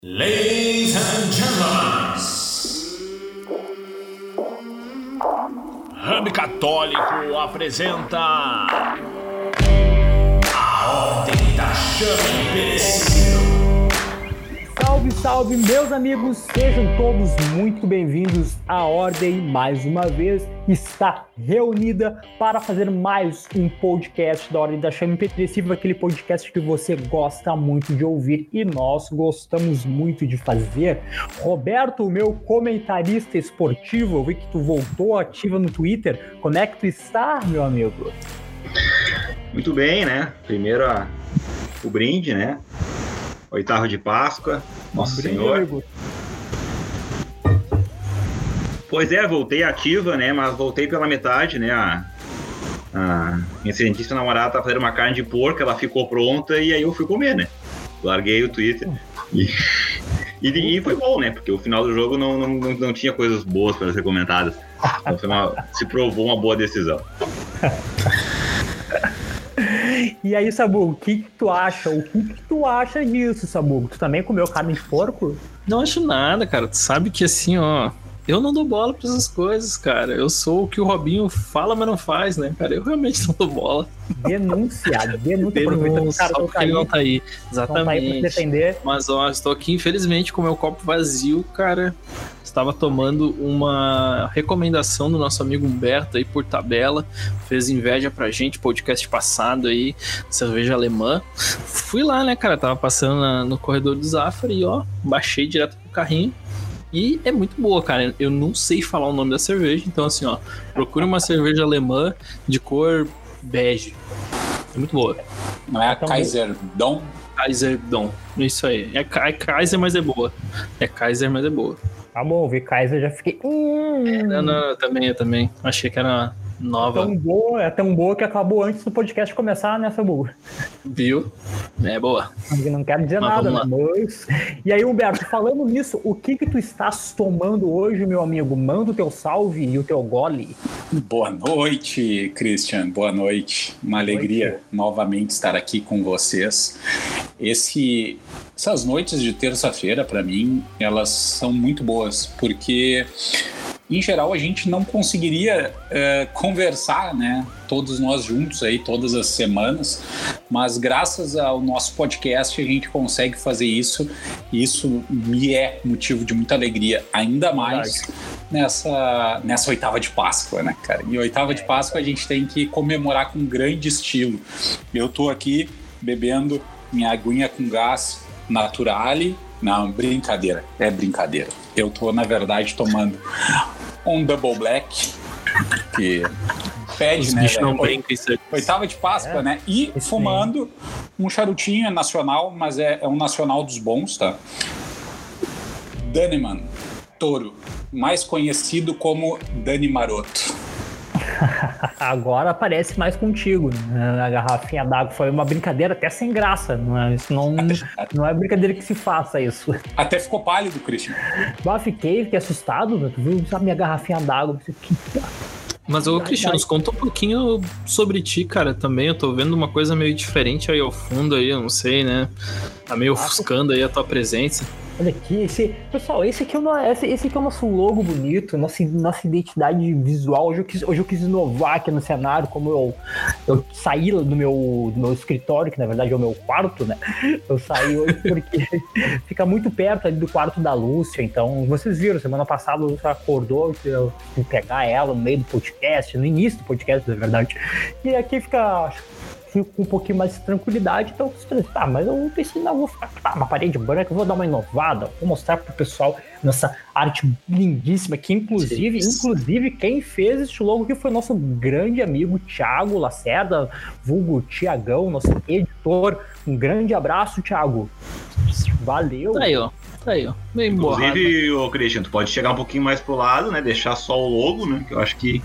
Ladies and gentlemen, Hub Católico apresenta a Ordem da Chama Imperecível. Salve, salve, meus amigos, sejam todos muito bem-vindos. A Ordem, mais uma vez, está reunida para fazer mais um podcast da Ordem da Chama Imperecível, aquele podcast que você gosta muito de ouvir e nós gostamos muito de fazer. Roberto, meu comentarista esportivo, eu vi que tu voltou ativa no Twitter. Como é que tu está, meu amigo? Muito bem, né? Primeiro o brinde, né? Oitavo de Páscoa, Nosso Senhor. Amigo. Pois é, voltei ativa, né? Mas voltei pela metade, né? A minha excelentíssima namorada tá fazendo uma carne de porco, ela ficou pronta e aí eu fui comer, né? Larguei o Twitter e foi bom, né? Porque o final do jogo não tinha coisas boas para ser comentadas. Então se provou uma boa decisão. E aí, Sabugo, o que tu acha? O que tu acha disso, Sabugo? Tu também comeu carne de porco? Não acho nada, cara. Tu sabe que assim, ó, eu não dou bola pra essas coisas, cara. Eu sou o que o Robinho fala, mas não faz, né, cara? Eu realmente não dou bola. Denúncia. Cara, só porque ele não tá aí. Exatamente. Não tá aí pra defender. Mas, ó, estou aqui, infelizmente, com o meu copo vazio, cara. Estava tomando uma recomendação do nosso amigo Humberto aí por tabela. Fez inveja pra gente, podcast passado aí, cerveja alemã. Fui lá, né, cara? Tava passando no corredor do Zafra e, ó, baixei direto pro carrinho. E é muito boa, cara. Eu não sei falar o nome da cerveja, então assim, ó, procure uma cerveja alemã de cor bege. É muito boa. Não é a Kaiser Dom? Kaiser Dom. Isso aí. É Kaiser, mas é boa. É Kaiser, mas é boa. Tá bom, vi Kaiser, já fiquei... Não, eu também. Achei que era nova. É tão boa que acabou antes do podcast começar, né, Sabu? Viu? É boa. Não quero dizer nada, né? Mas... E aí, Humberto, falando nisso, o que tu estás tomando hoje, meu amigo? Manda o teu salve e o teu gole. Boa noite, Christian. Boa noite. Uma alegria novamente estar aqui com vocês. Essas noites de terça-feira, para mim, elas são muito boas, porque... Em geral, a gente não conseguiria conversar, né? Todos nós juntos aí, todas as semanas. Mas graças ao nosso podcast, a gente consegue fazer isso. E isso me é motivo de muita alegria. Ainda mais nessa oitava de Páscoa, né, cara? E oitava de Páscoa a gente tem que comemorar com grande estilo. Eu tô aqui bebendo minha aguinha com gás Naturale. Não, brincadeira. É brincadeira. Eu tô, na verdade, tomando um Double Black, que pede, né? Oitava de Páscoa, né? E fumando um charutinho, é nacional, mas é um nacional dos bons, tá? Dannemann Toro, mais conhecido como Dani Maroto. Agora aparece mais contigo, né? A garrafinha d'água foi uma brincadeira até sem graça, não é brincadeira que se faça isso. Até ficou pálido, Christian. Fiquei assustado, né? Tu viu, sabe, minha garrafinha d'água. Mas, ô, Cristiano, conta um pouquinho sobre ti, cara, também. Eu tô vendo uma coisa meio diferente aí ao fundo aí, eu não sei, né? Tá meio ofuscando aí a tua presença. Olha aqui, pessoal, esse aqui é o nosso logo bonito, nossa identidade visual. Hoje eu quis inovar aqui no cenário, como eu saí do meu escritório, que na verdade é o meu quarto, né? Eu saí hoje porque fica muito perto ali do quarto da Lúcia, então vocês viram, semana passada a Lúcia acordou, eu fui pegar ela no meio do podcast, no início do podcast, na verdade, e aqui fico com um pouquinho mais de tranquilidade, então mas eu pensei, não, vou ficar uma parede branca, eu vou dar uma inovada, vou mostrar pro pessoal nossa arte lindíssima, que inclusive quem fez este logo aqui foi nosso grande amigo Thiago Lacerda, vulgo Tiagão, nosso editor. Um grande abraço, Thiago. Valeu. Tá aí, ó. Bem borrado. Inclusive, ô Christian, tu pode chegar um pouquinho mais pro lado, né, deixar só o logo, né, que eu acho que...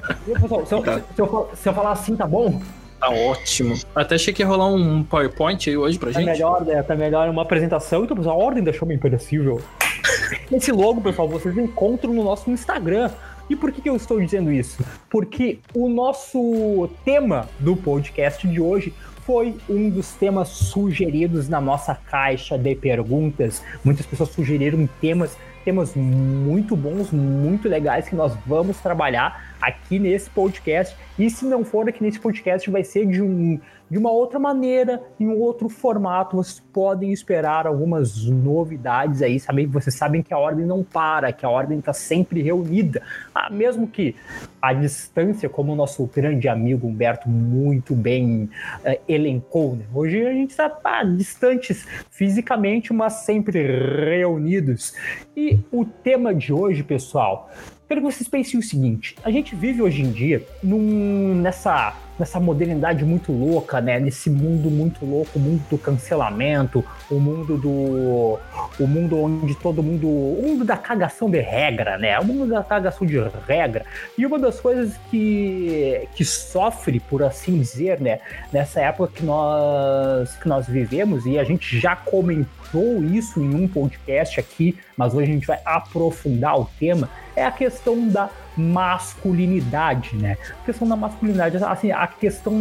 Se eu falar assim, tá bom? Tá ótimo. Até achei que ia rolar um PowerPoint aí hoje pra gente. Tá melhor uma apresentação. Então, a Ordem da Chama Imperecível. Esse logo, pessoal, vocês encontram no nosso Instagram. E por que eu estou dizendo isso? Porque o nosso tema do podcast de hoje foi um dos temas sugeridos na nossa caixa de perguntas. Muitas pessoas sugeriram temas muito bons, muito legais que nós vamos trabalhar aqui nesse podcast. E se não for aqui nesse podcast, vai ser de uma outra maneira, em um outro formato. Vocês podem esperar algumas novidades aí. Vocês sabem que a Ordem não para, que a Ordem está sempre reunida. Mesmo que a distância, como o nosso grande amigo Humberto muito bem elencou, né? Hoje a gente está distantes fisicamente, mas sempre reunidos. E o tema de hoje, pessoal, quero que vocês pensem o seguinte: a gente vive hoje em dia nessa modernidade muito louca, né? Nesse mundo muito louco, o mundo do cancelamento, o mundo onde todo mundo, o mundo da cagação de regra, né? O mundo da cagação de regra. E uma das coisas que sofre, por assim dizer, né? Nessa época que nós vivemos, e a gente já comentou isso em um podcast aqui, mas hoje a gente vai aprofundar o tema, é a questão da masculinidade, né? A questão da masculinidade, assim, a questão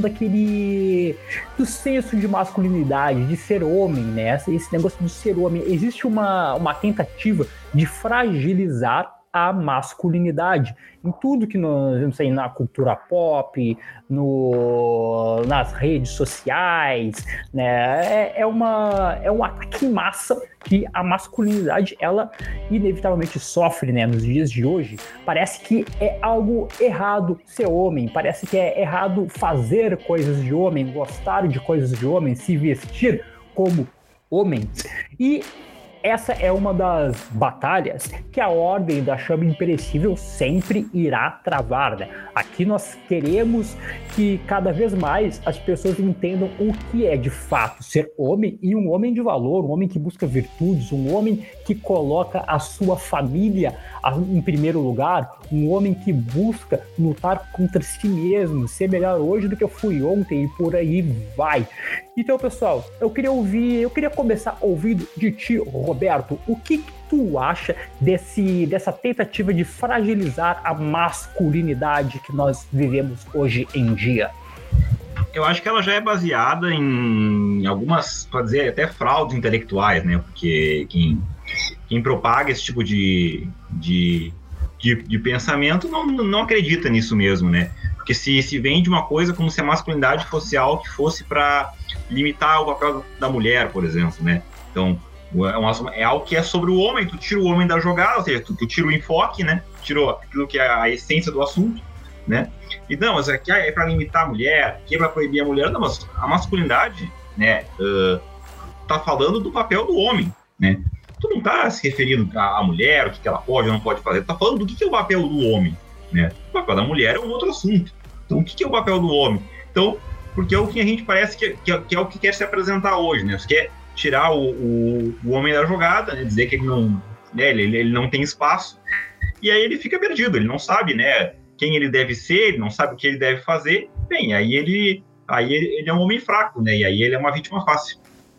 do senso de masculinidade, de ser homem, né? Esse negócio de ser homem. Existe uma tentativa de fragilizar a masculinidade em tudo que nós vemos aí na cultura pop, nas redes sociais, né? É um ataque em massa que a masculinidade, ela inevitavelmente sofre, né? Nos dias de hoje, parece que é algo errado ser homem, parece que é errado fazer coisas de homem, gostar de coisas de homem, se vestir como homem. E essa é uma das batalhas que a Ordem da Chama Imperecível sempre irá travar, né? Aqui nós queremos que cada vez mais as pessoas entendam o que é de fato ser homem, e um homem de valor, um homem que busca virtudes, um homem que coloca a sua família em primeiro lugar, um homem que busca lutar contra si mesmo, ser melhor hoje do que eu fui ontem, e por aí vai. Então, pessoal, eu queria começar ouvindo de ti, Roberto, o que tu acha dessa tentativa de fragilizar a masculinidade que nós vivemos hoje em dia? Eu acho que ela já é baseada em algumas, pode dizer, até fraudes intelectuais, né? Porque quem propaga esse tipo de pensamento não acredita nisso mesmo, né? Porque se vende uma coisa como se a masculinidade fosse algo que fosse para limitar o papel da mulher, por exemplo, né? Então, é algo que é sobre o homem, tu tira o homem da jogada, ou seja, tu tira o enfoque, né? Tira aquilo que é a essência do assunto, né? E não, mas aqui é para limitar a mulher, aqui é para proibir a mulher. Não, mas a masculinidade, né, tá falando do papel do homem, né? Tu não tá se referindo à mulher, o que ela pode ou não pode fazer, tu tá falando do que é o papel do homem, né? O papel da mulher é um outro assunto. Então, o que é o papel do homem? Então, porque é o que a gente parece que é o que quer se apresentar hoje, né? Você quer tirar o homem da jogada, né? Dizer que ele não, né? ele não tem espaço, e aí ele fica perdido, ele não sabe, né, quem ele deve ser, ele não sabe o que ele deve fazer. Bem, aí ele é um homem fraco, né? E aí ele é uma vítima fácil.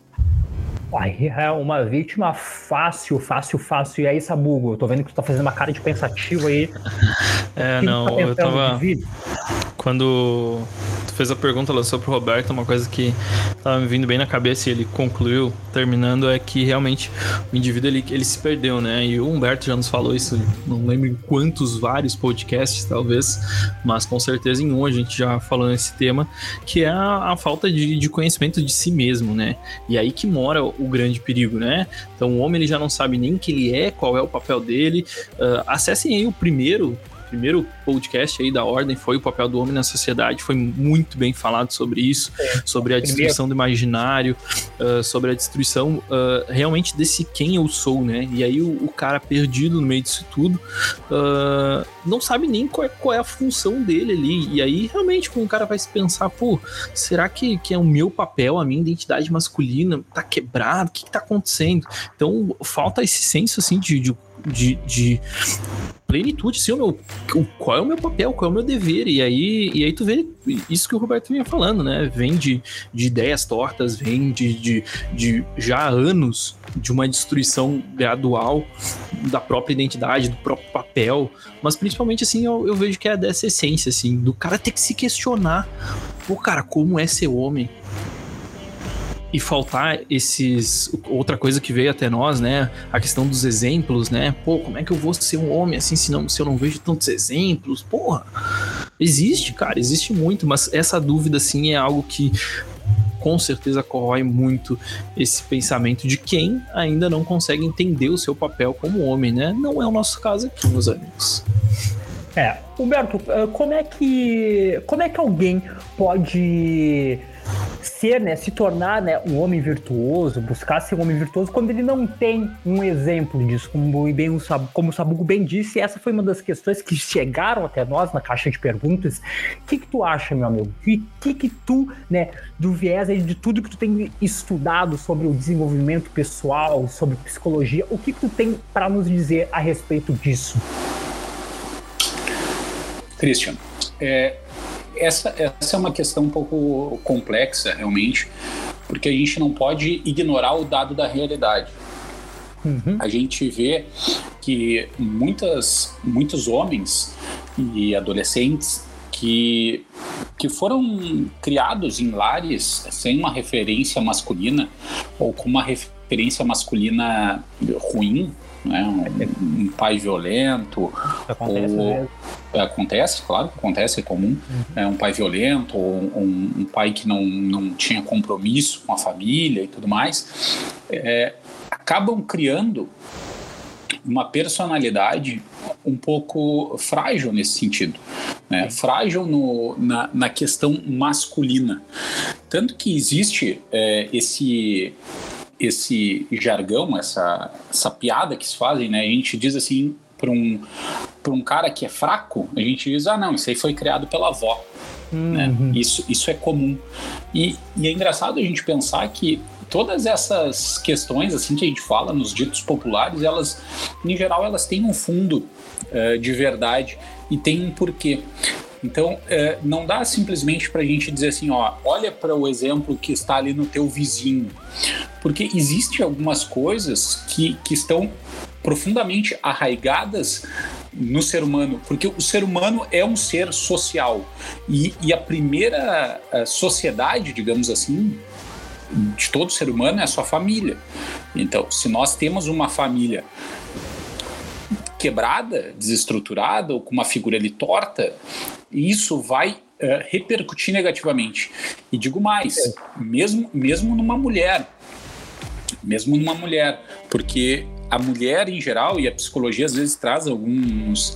É uma vítima fácil. E aí, Sabugo, eu tô vendo que tu tá fazendo uma cara de pensativo aí. Não, eu tava... Quando tu fez a pergunta, lançou pro Roberto, uma coisa que tava me vindo bem na cabeça e ele concluiu, terminando, é que realmente o indivíduo, ele se perdeu, né? E o Humberto já nos falou isso, não lembro em quantos, vários podcasts, talvez, mas com certeza em um a gente já falou nesse tema, que é a falta de conhecimento de si mesmo, né? E aí que mora o grande perigo, né? Então o homem, ele já não sabe nem quem ele é, qual é o papel dele. Acessem aí o primeiro podcast aí da Ordem, foi o papel do homem na sociedade, foi muito bem falado sobre isso, sobre a destruição do imaginário, sobre a destruição realmente desse quem eu sou, né? E aí o cara perdido no meio disso tudo, não sabe nem qual é a função dele ali, e aí realmente quando o cara vai se pensar, pô, será que é o meu papel, a minha identidade masculina tá quebrada, o que tá acontecendo? Então falta esse senso assim de plenitude, assim, qual é o meu papel, qual é o meu dever, e aí tu vê isso que o Roberto vinha falando, né, vem de ideias tortas, vem de já anos de uma destruição gradual da própria identidade, do próprio papel, mas principalmente, assim, eu vejo que é dessa essência, assim, do cara ter que se questionar, pô, cara, como é ser homem? e faltar outra coisa que veio até nós, né? A questão dos exemplos, né? Pô, como é que eu vou ser um homem assim se eu não vejo tantos exemplos? Porra, existe, cara, existe muito, mas essa dúvida, assim, é algo que com certeza corrói muito esse pensamento de quem ainda não consegue entender o seu papel como homem, né? Não é o nosso caso aqui, meus amigos. Humberto, como é que alguém pode ser, né, se tornar, né, um homem virtuoso, buscar ser um homem virtuoso quando ele não tem um exemplo disso, como o Sabugo bem disse? Essa foi uma das questões que chegaram até nós na caixa de perguntas. O que tu acha, meu amigo? E o que tu, né, do viés aí de tudo que tu tem estudado sobre o desenvolvimento pessoal, sobre psicologia, o que tu tem para nos dizer a respeito disso? Christian, essa é uma questão um pouco complexa, realmente, porque a gente não pode ignorar o dado da realidade. Uhum. A gente vê que muitos homens e adolescentes que foram criados em lares sem uma referência masculina ou com uma referência masculina ruim, né? Um pai violento. Acontece, claro que acontece, é comum. Um pai violento ou um pai que não tinha compromisso com a família e tudo mais, acabam criando uma personalidade um pouco frágil nesse sentido, né? Frágil na questão masculina. Tanto que existe esse jargão, essa piada que se fazem, né? A gente diz assim, para um cara que é fraco, a gente diz, não, isso aí foi criado pela avó. Né? Isso é comum. E é engraçado a gente pensar que todas essas questões assim que a gente fala nos ditos populares, elas, em geral, elas têm um fundo de verdade e tem um porquê. Então, não dá simplesmente para a gente dizer assim, olha para o exemplo que está ali no teu vizinho. Porque existem algumas coisas que estão profundamente arraigadas no ser humano, porque o ser humano é um ser social. E a primeira sociedade, digamos assim, de todo ser humano é a sua família. Então, se nós temos uma família quebrada, desestruturada ou com uma figura ali torta, isso vai repercutir negativamente. E digo mais, mesmo numa mulher, porque a mulher em geral, e a psicologia às vezes traz alguns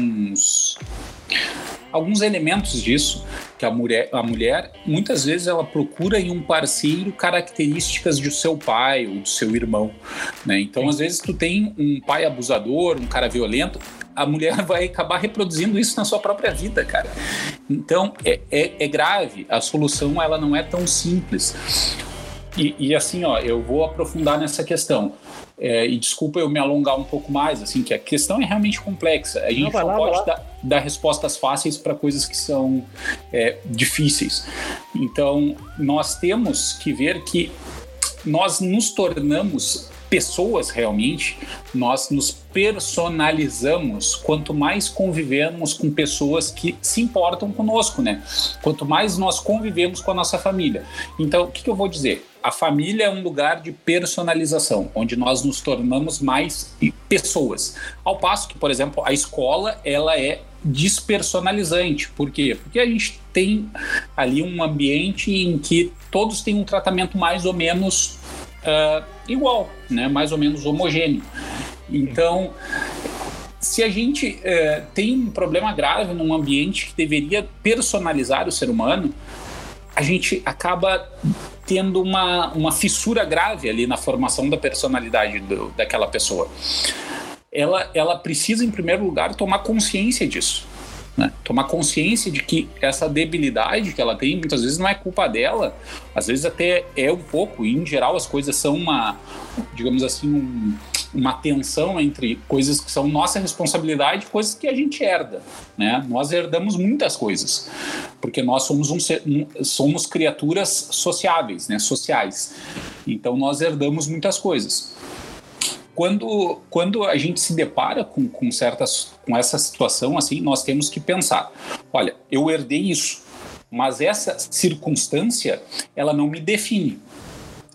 elementos disso, que a mulher muitas vezes ela procura em um parceiro características do seu pai ou do seu irmão, né? Então às vezes tu tem um pai abusador, um cara violento, a mulher vai acabar reproduzindo isso na sua própria vida, cara. Então é grave, a solução ela não é tão simples. E assim, eu vou aprofundar nessa questão. E desculpa eu me alongar um pouco mais, assim, que a questão é realmente complexa. A gente não pode dar respostas fáceis para coisas que são difíceis. Então, nós temos que ver que nós nos tornamos pessoas realmente, nós nos personalizamos quanto mais convivemos com pessoas que se importam conosco, né? Quanto mais nós convivemos com a nossa família. Então, o que eu vou dizer? A família é um lugar de personalização, onde nós nos tornamos mais pessoas. Ao passo que, por exemplo, a escola, ela é despersonalizante. Por quê? Porque a gente tem ali um ambiente em que todos têm um tratamento mais ou menos igual, né? Mais ou menos homogêneo. Então, se a gente tem um problema grave num ambiente que deveria personalizar o ser humano, a gente acaba tendo uma fissura grave ali na formação da personalidade daquela pessoa. Ela precisa, em primeiro lugar, tomar consciência disso, né? Tomar consciência de que essa debilidade que ela tem, muitas vezes não é culpa dela, às vezes até é um pouco, e em geral as coisas são digamos assim, uma tensão entre coisas que são nossa responsabilidade e coisas que a gente herda, né? Nós herdamos muitas coisas, porque nós somos criaturas sociáveis, né? Sociais. Então nós herdamos muitas coisas. Quando a gente se depara com essa situação, assim, nós temos que pensar, olha, eu herdei isso, mas essa circunstância, ela não me define.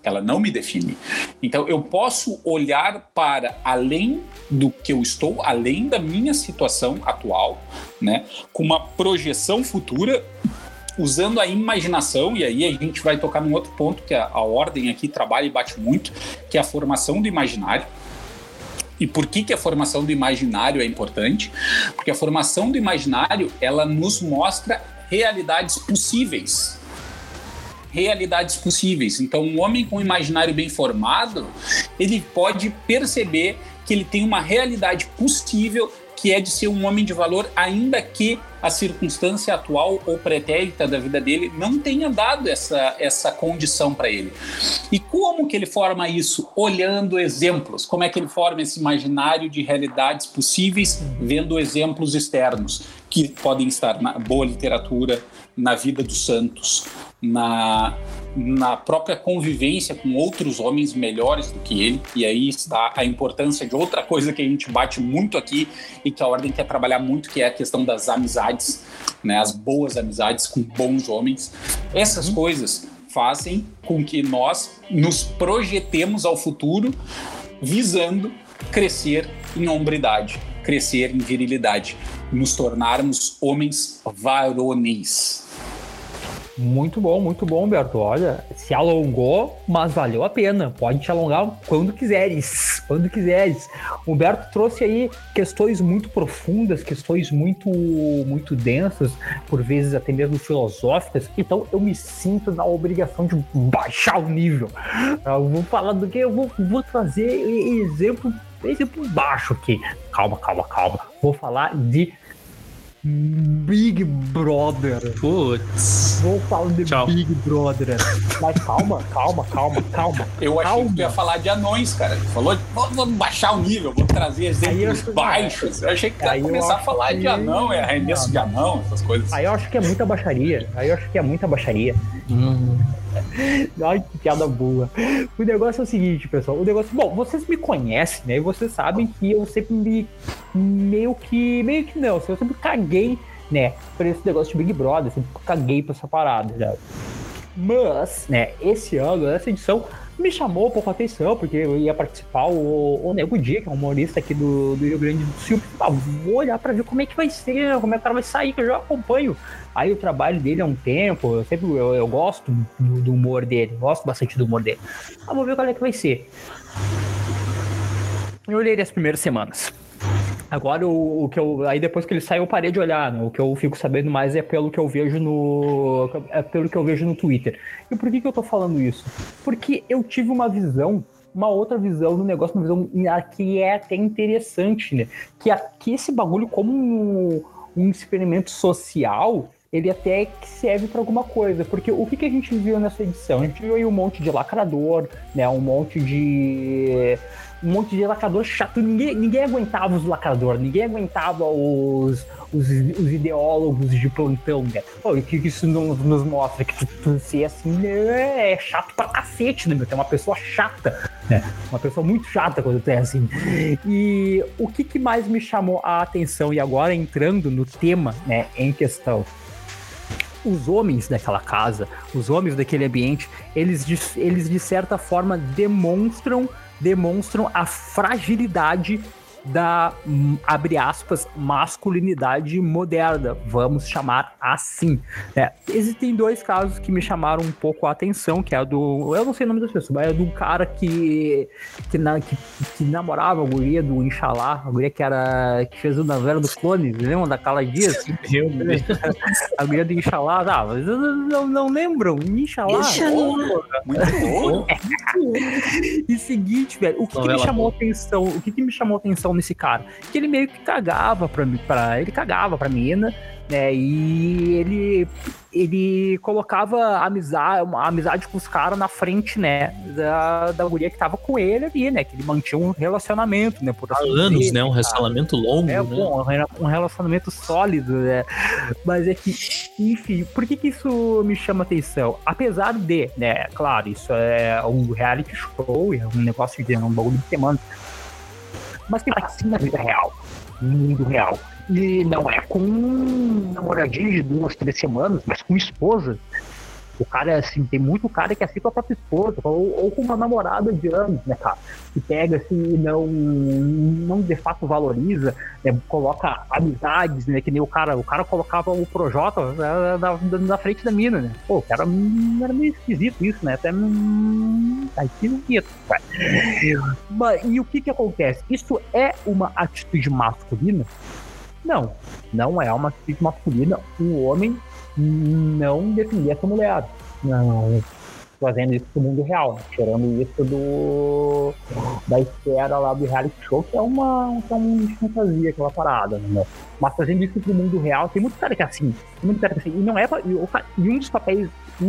ela não me define. Então eu posso olhar para além do que eu estou, além da minha situação atual, né, com uma projeção futura, usando a imaginação, e aí a gente vai tocar num outro ponto que a ordem aqui trabalha e bate muito, que é a formação do imaginário. E por que a formação do imaginário é importante? Porque a formação do imaginário, ela nos mostra realidades possíveis. Realidades possíveis. Então, um homem com um imaginário bem formado, ele pode perceber que ele tem uma realidade possível, que é de ser um homem de valor, ainda que a circunstância atual ou pretérita da vida dele não tenha dado essa condição para ele. E como que ele forma isso? Olhando exemplos. Como é que ele forma esse imaginário de realidades possíveis? Vendo exemplos externos, que podem estar na boa literatura, na vida dos santos, na própria convivência com outros homens melhores do que ele. E aí está a importância de outra coisa que a gente bate muito aqui e que a ordem quer trabalhar muito, que é a questão das amizades, né? As boas amizades com bons homens. Essas coisas fazem com que nós nos projetemos ao futuro visando crescer em hombridade, crescer em virilidade, nos tornarmos homens varonis. Muito bom, Humberto. Olha, se alongou, mas valeu a pena. Pode te alongar quando quiseres. Quando quiseres. Humberto trouxe aí questões muito profundas, questões muito densas, por vezes até mesmo filosóficas. Então eu me sinto na obrigação de baixar o nível. Eu vou falar do que? Eu vou trazer exemplo baixo aqui. Calma. Vou falar de Big Brother. Putz. Vou falar de Tchau. Big Brother. Mas calma. Eu achei que tu ia falar de anões, cara. Tu falou, vou baixar o nível, vou trazer exemplos baixos. Eu achei que tu ia começar a falar de anão, arremesso de anão, essas coisas. Aí eu acho que é muita baixaria. Ai, que piada boa. O negócio é o seguinte, pessoal. Bom, vocês me conhecem, né? E vocês sabem que eu sempre meio que não. Eu sempre caguei, né? Por esse negócio de Big Brother. Eu sempre caguei pra essa parada, né? Mas, né? Esse ano, essa edição me chamou um pouco a atenção, porque eu ia participar o Nego Di, que é um humorista aqui do Rio Grande do Sul. Vou olhar pra ver como é que vai ser, como é que o cara vai sair, que eu já acompanho aí o trabalho dele há um tempo. Eu gosto do humor dele, gosto bastante do humor dele. Vou ver qual é que vai ser. Eu olhei as primeiras semanas. Agora, aí depois que ele saiu, eu parei de olhar, né? O que eu fico sabendo mais é pelo que eu vejo no Twitter. E por que eu tô falando isso? Porque eu tive uma outra visão do negócio, uma visão que é até interessante, né? Que esse bagulho, como um experimento social, ele até que serve para alguma coisa. Porque o que a gente viu nessa edição? A gente viu aí um monte de lacrador, né? Um monte de lacrador chato. Ninguém aguentava os lacradores, ninguém aguentava os ideólogos de plantão, né? O que isso nos mostra? Que tu ser assim é chato pra cacete, né? Tu é uma pessoa chata, né? Uma pessoa muito chata quando tu é assim. E o que mais me chamou a atenção, e agora entrando no tema, né, em questão, os homens daquela casa, os homens daquele ambiente, eles de certa forma demonstram a fragilidade da, abre aspas, masculinidade moderna, vamos chamar assim. Existem dois casos que me chamaram um pouco a atenção, que é do, eu não sei o nome das pessoas, mas é do cara que namorava a guria do Inxalá, a guria que fez o novela dos clones, lembram da Carla Dias? A guria do Inxalá, mas não lembram? Inxalá? Muito bom. E seguinte, velho, o que me chamou a atenção nesse cara? Que ele meio que cagava ele cagava pra mina, né? E ele colocava a amizade com os caras na frente, né? Da guria que tava com ele ali, né? Que ele mantinha um relacionamento, né? Por há anos, né? Um relacionamento longo, né? Bom, um relacionamento sólido, né? Mas é que, enfim, por que isso me chama atenção? Apesar de, né? Claro, isso é um reality show, é um negócio de um bagulho de semana. Mas tem assim na vida real, no mundo real. E não é com namoradinho de 2, 3 semanas, mas com esposa. O cara, assim, tem muito cara que é assim com a própria esposa, ou com uma namorada de anos, né, cara? Que pega, assim, e não de fato valoriza, né, coloca amizades, né, que nem o cara colocava o Projota na frente da mina, né? Pô, o cara era meio esquisito isso, né? Até esquisito, cara. E o que acontece? Isso é uma atitude masculina? Não é uma atitude masculina um homem não defender essa mulher. Não, fazendo isso do mundo real, né? Tirando isso da esfera lá do reality show, que é uma fantasia, aquela parada, né? Mas fazendo isso do mundo real, tem muito cara que é assim. E não é e um dos papéis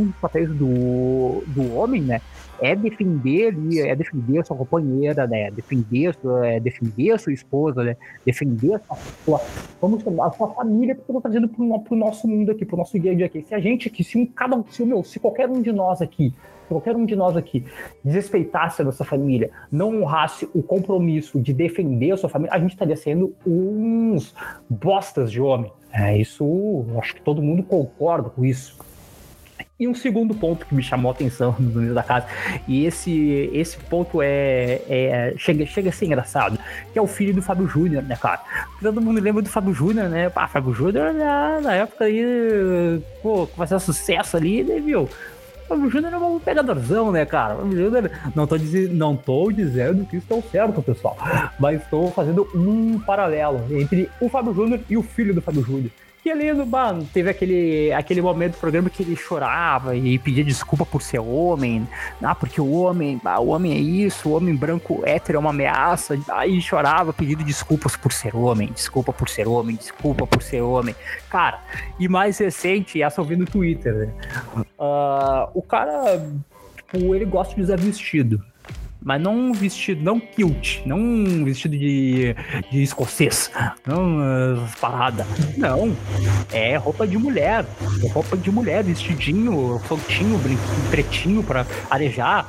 do homem, né? É defender a sua companheira, né? Defender a sua esposa, né? Defender a sua família, porque eu tô trazendo pro nosso mundo aqui, pro nosso dia a dia aqui. Se a gente aqui, se qualquer um de nós aqui desrespeitasse a nossa família, não honrasse o compromisso de defender a sua família, a gente estaria sendo uns bostas de homem. Isso, acho que todo mundo concorda com isso. E um segundo ponto que me chamou a atenção no Donos da Casa, e esse ponto chega a ser engraçado, que é o filho do Fábio Júnior, né, cara? Todo mundo lembra do Fábio Júnior, né? Fábio Júnior, na época aí, pô, começou sucesso ali, né, viu? O Fábio Júnior é um pegadorzão, né, cara? Fábio Júnior, não tô dizendo que estão certo, pessoal, mas estou fazendo um paralelo entre o Fábio Júnior e o filho do Fábio Júnior. Que ali, teve aquele momento do programa que ele chorava e pedia desculpa por ser homem. Porque o homem é isso, o homem branco hétero é uma ameaça. Aí chorava pedindo desculpas por ser homem, desculpa por ser homem. Cara, e mais recente, essa eu vi no Twitter, né? O cara, tipo, ele gosta de usar vestido. Mas não um vestido, não kilt, não um vestido de escocês, não parada. Não, é roupa de mulher, vestidinho, soltinho, pretinho pra arejar.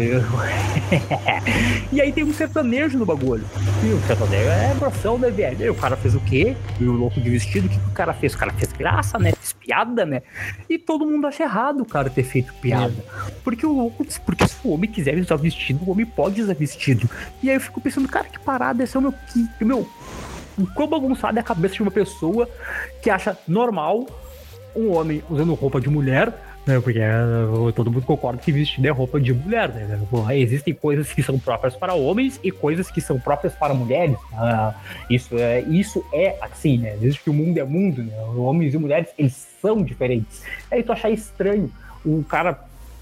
E aí tem um sertanejo no bagulho. E o sertanejo é broção, né, velho? E o cara fez o quê? E o louco de vestido, o que o cara fez? O cara fez graça, né? Fez piada, né? E todo mundo acha errado o cara ter feito piada. Porque se o homem quiser usar vestido, o homem pode usar vestido. E aí eu fico pensando, cara, que parada, esse é o meu quão bagunçada é a cabeça de uma pessoa que acha normal um homem usando roupa de mulher, né? Porque todo mundo concorda que vestido é roupa de mulher, né? Existem coisas que são próprias para homens e coisas que são próprias para mulheres. Isso é assim, né? Desde que o mundo é mundo, né? Homens e mulheres, eles são diferentes. Aí tu achar estranho um cara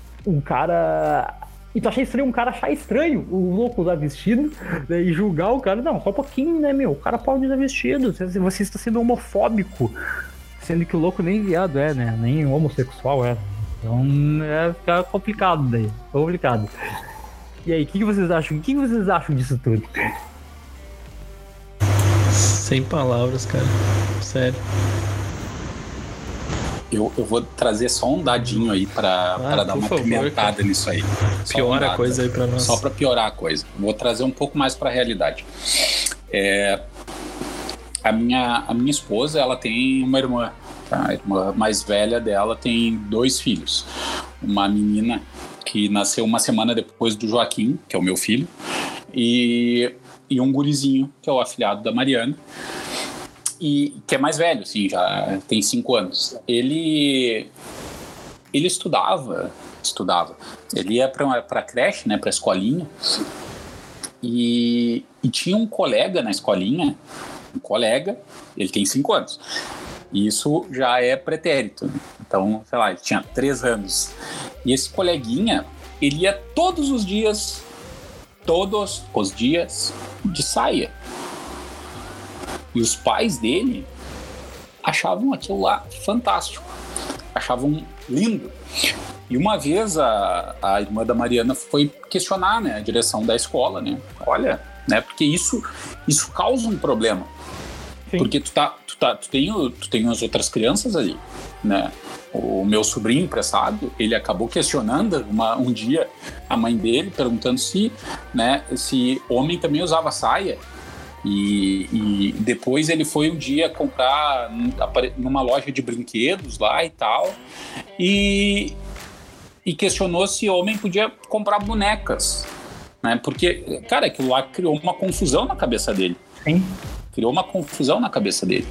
achar estranho o louco usar vestido, né, e julgar o cara. Não, só um pouquinho, né, meu? O cara pode usar vestido. Você está sendo homofóbico, sendo que o louco nem viado é, né? Nem homossexual é. Então fica complicado daí. Complicado. E aí, o que vocês acham? O que vocês acham disso tudo? Sem palavras, cara. Sério. Eu vou trazer só um dadinho aí pra dar uma pimentada nisso aí. Piora a coisa aí pra nós. Só pra piorar a coisa. Vou trazer um pouco mais pra realidade. A minha esposa, ela tem uma irmã. Tá? A irmã mais velha dela tem 2 filhos. Uma menina que nasceu uma semana depois do Joaquim, que é o meu filho, e um gurizinho, que é o afilhado da Mariana. E que é mais velho, assim, já tem 5 anos. Ele estudava. Ele ia pra creche, né, pra escolinha. E tinha um colega na escolinha, ele tem 5 anos. E isso já é pretérito. Então, sei lá, ele tinha 3 anos. E esse coleguinha, ele ia todos os dias de saia. E os pais dele achavam aquilo lá fantástico, achavam lindo. E uma vez a irmã da Mariana foi questionar, né, a direção da escola, né? Olha, né, porque isso causa um problema. Sim. Porque tu tem as outras crianças ali, né? O meu sobrinho emprestado, ele acabou questionando um dia a mãe dele, perguntando se homem também usava saia. E depois ele foi um dia comprar numa loja de brinquedos lá e tal, e e questionou se homem podia comprar bonecas, né? Porque, cara, aquilo lá criou uma confusão na cabeça dele. Sim. Criou uma confusão na cabeça dele.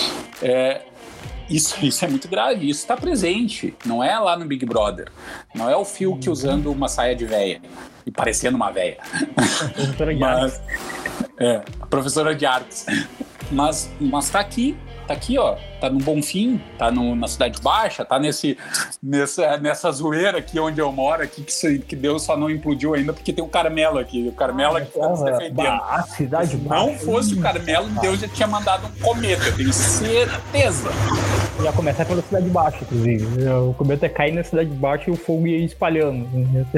Isso é muito grave, isso está presente. Não é lá no Big Brother. Não é o Fiuk usando uma saia de véia e parecendo uma véia. Mas, a professora de artes. Mas tá aqui, ó. Tá no Bonfim, tá na Cidade Baixa, tá nessa zoeira aqui onde eu moro, aqui que Deus só não implodiu ainda, porque tem o Carmelo aqui. O Carmelo que tá nos defendendo. A Cidade Se Baixa. não fosse o Carmelo, Deus já tinha mandado um cometa, eu tenho certeza. Ia começar pela Cidade Baixa, inclusive. O cometa ia cair na Cidade Baixa e o fogo ia ir espalhando.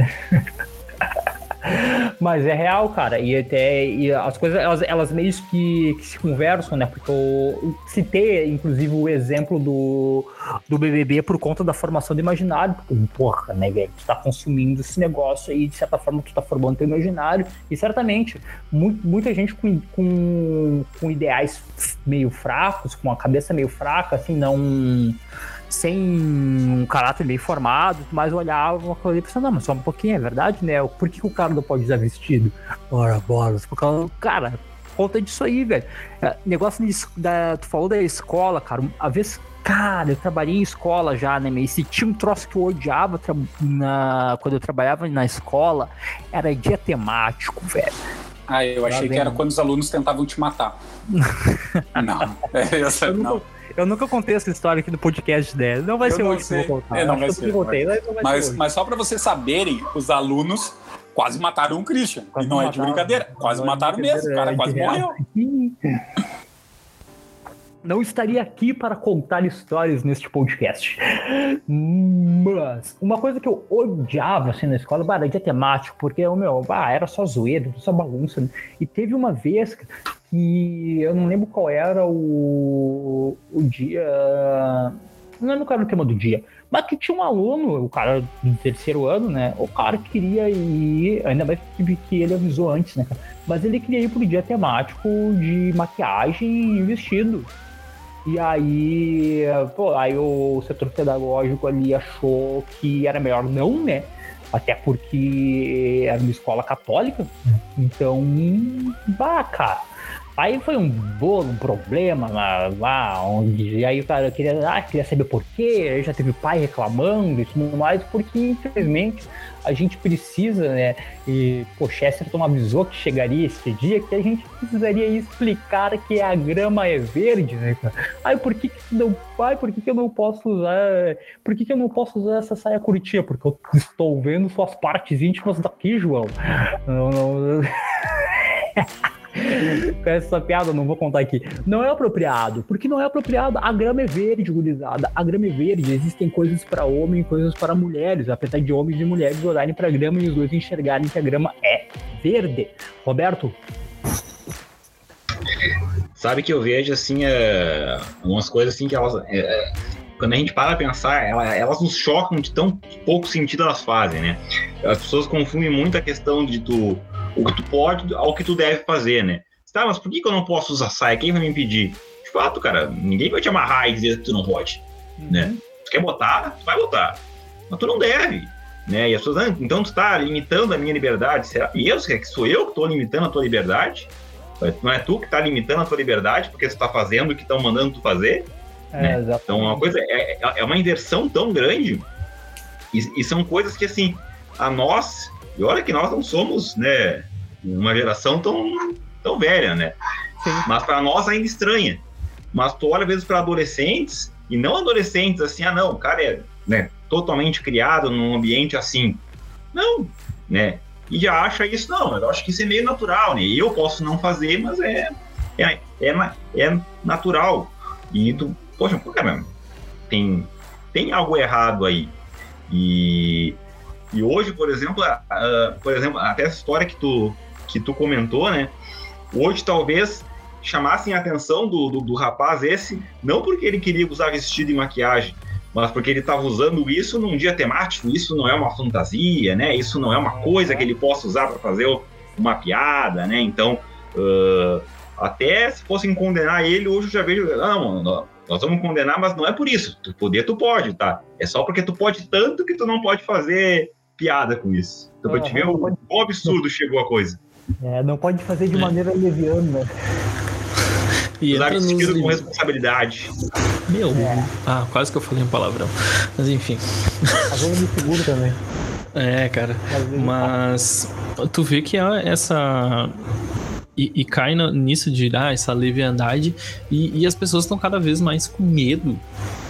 Mas é real, cara, e as coisas, elas meio que se conversam, né, porque eu citei, inclusive, o exemplo do BBB por conta da formação do imaginário, porque, porra, né, velho, tu tá consumindo esse negócio aí, de certa forma tu tá formando teu imaginário, e certamente, muita gente com ideais meio fracos, com a cabeça meio fraca, assim, não... sem um caráter bem formado, mas olhava e pensava, não, mas só um pouquinho, é verdade, né? Por que o cara não pode usar vestido? Ora, bolas, porque, cara, conta disso aí, velho. Negócio tu falou da escola, cara, a vez, cara, eu trabalhei em escola já, né, e se tinha um troço que eu odiava quando eu trabalhava na escola, era dia temático, velho. Eu achei que era quando os alunos tentavam te matar. Não, não. Eu nunca contei essa história aqui no podcast, né? Não vai ser hoje que eu vou contar. Não vai ser. Mas só pra vocês saberem, os alunos quase mataram o Christian. E não é de brincadeira. Quase mataram mesmo. O cara quase morreu. Não estaria aqui para contar histórias neste podcast. Mas uma coisa que eu odiava assim na escola, era dia temático, porque era só zoeira, só bagunça. Né? E teve uma vez que eu não lembro qual era o dia. Não lembro qual era o tema do dia. Mas que tinha um aluno, o cara do terceiro ano, né? O cara queria ir, ainda mais que ele avisou antes, né? Mas ele queria ir pro dia temático de maquiagem e vestido. E aí, aí o setor pedagógico ali achou que era melhor não, né? Até porque era uma escola católica. Então, cara. Aí foi um problema lá onde... E aí o cara queria saber por quê, aí já teve pai reclamando e tudo mais, porque infelizmente a gente precisa, né? E, Chesterton avisou que chegaria esse dia, que a gente precisaria explicar que a grama é verde, né, cara? Aí por que eu não posso usar... Por que eu não posso usar essa saia curtinha? Porque eu estou vendo suas partes íntimas daqui, João. Não... Com essa piada eu não vou contar aqui. Não é apropriado. Porque não é apropriado. A grama é verde, gurizada. A grama é verde. Existem coisas para homem e coisas para mulheres. Apesar de homens e mulheres olharem para a grama e os dois enxergarem que a grama é verde. Roberto? Sabe que eu vejo, assim, umas coisas assim que elas... quando a gente para pensar, elas nos chocam de tão pouco sentido elas fazem, né? As pessoas confundem muito a questão de o que tu pode ao que tu deve fazer, né? Tá, mas por que eu não posso usar saia? Quem vai me impedir? De fato, cara, ninguém vai te amarrar e dizer que tu não pode, né? Tu quer botar? Tu vai botar. Mas tu não deve, né? E as pessoas, então tu tá limitando a minha liberdade. Será que sou eu que tô limitando a tua liberdade? Não é tu que tá limitando a tua liberdade porque tu tá fazendo o que estão mandando tu fazer? Né? Então, uma coisa é uma inversão tão grande e são coisas que, assim, a nós... E olha que nós não somos, né, uma geração tão velha, né? Sim. Mas para nós ainda estranha. Mas tu olha às vezes para adolescentes, e não adolescentes assim, não, o cara é, né, totalmente criado num ambiente assim. Não, né? E já acha isso, não, eu acho que isso é meio natural, né? Eu posso não fazer, mas é natural. E tu, poxa, cara, tem algo errado aí. E hoje, por exemplo, até essa história que tu comentou, né? Hoje talvez chamassem a atenção do rapaz esse, não porque ele queria usar vestido e maquiagem, mas porque ele estava usando isso num dia temático. Isso não é uma fantasia, né? Isso não é uma coisa que ele possa usar para fazer uma piada, né? Então, até se fossem condenar ele, hoje eu já vejo, não, Nós vamos condenar, mas não é por isso. Tu pode, tá? É só porque tu pode tanto que tu não pode fazer piada com isso. Então, pra te ver o absurdo chegou a coisa. Não pode fazer de maneira leviana. E usar com responsabilidade. Quase que eu falei um palavrão. Mas enfim. Às vezes eu me seguro também. Cara. Mas tu vê que essa... E cai nisso de essa leviandade e as pessoas estão cada vez mais com medo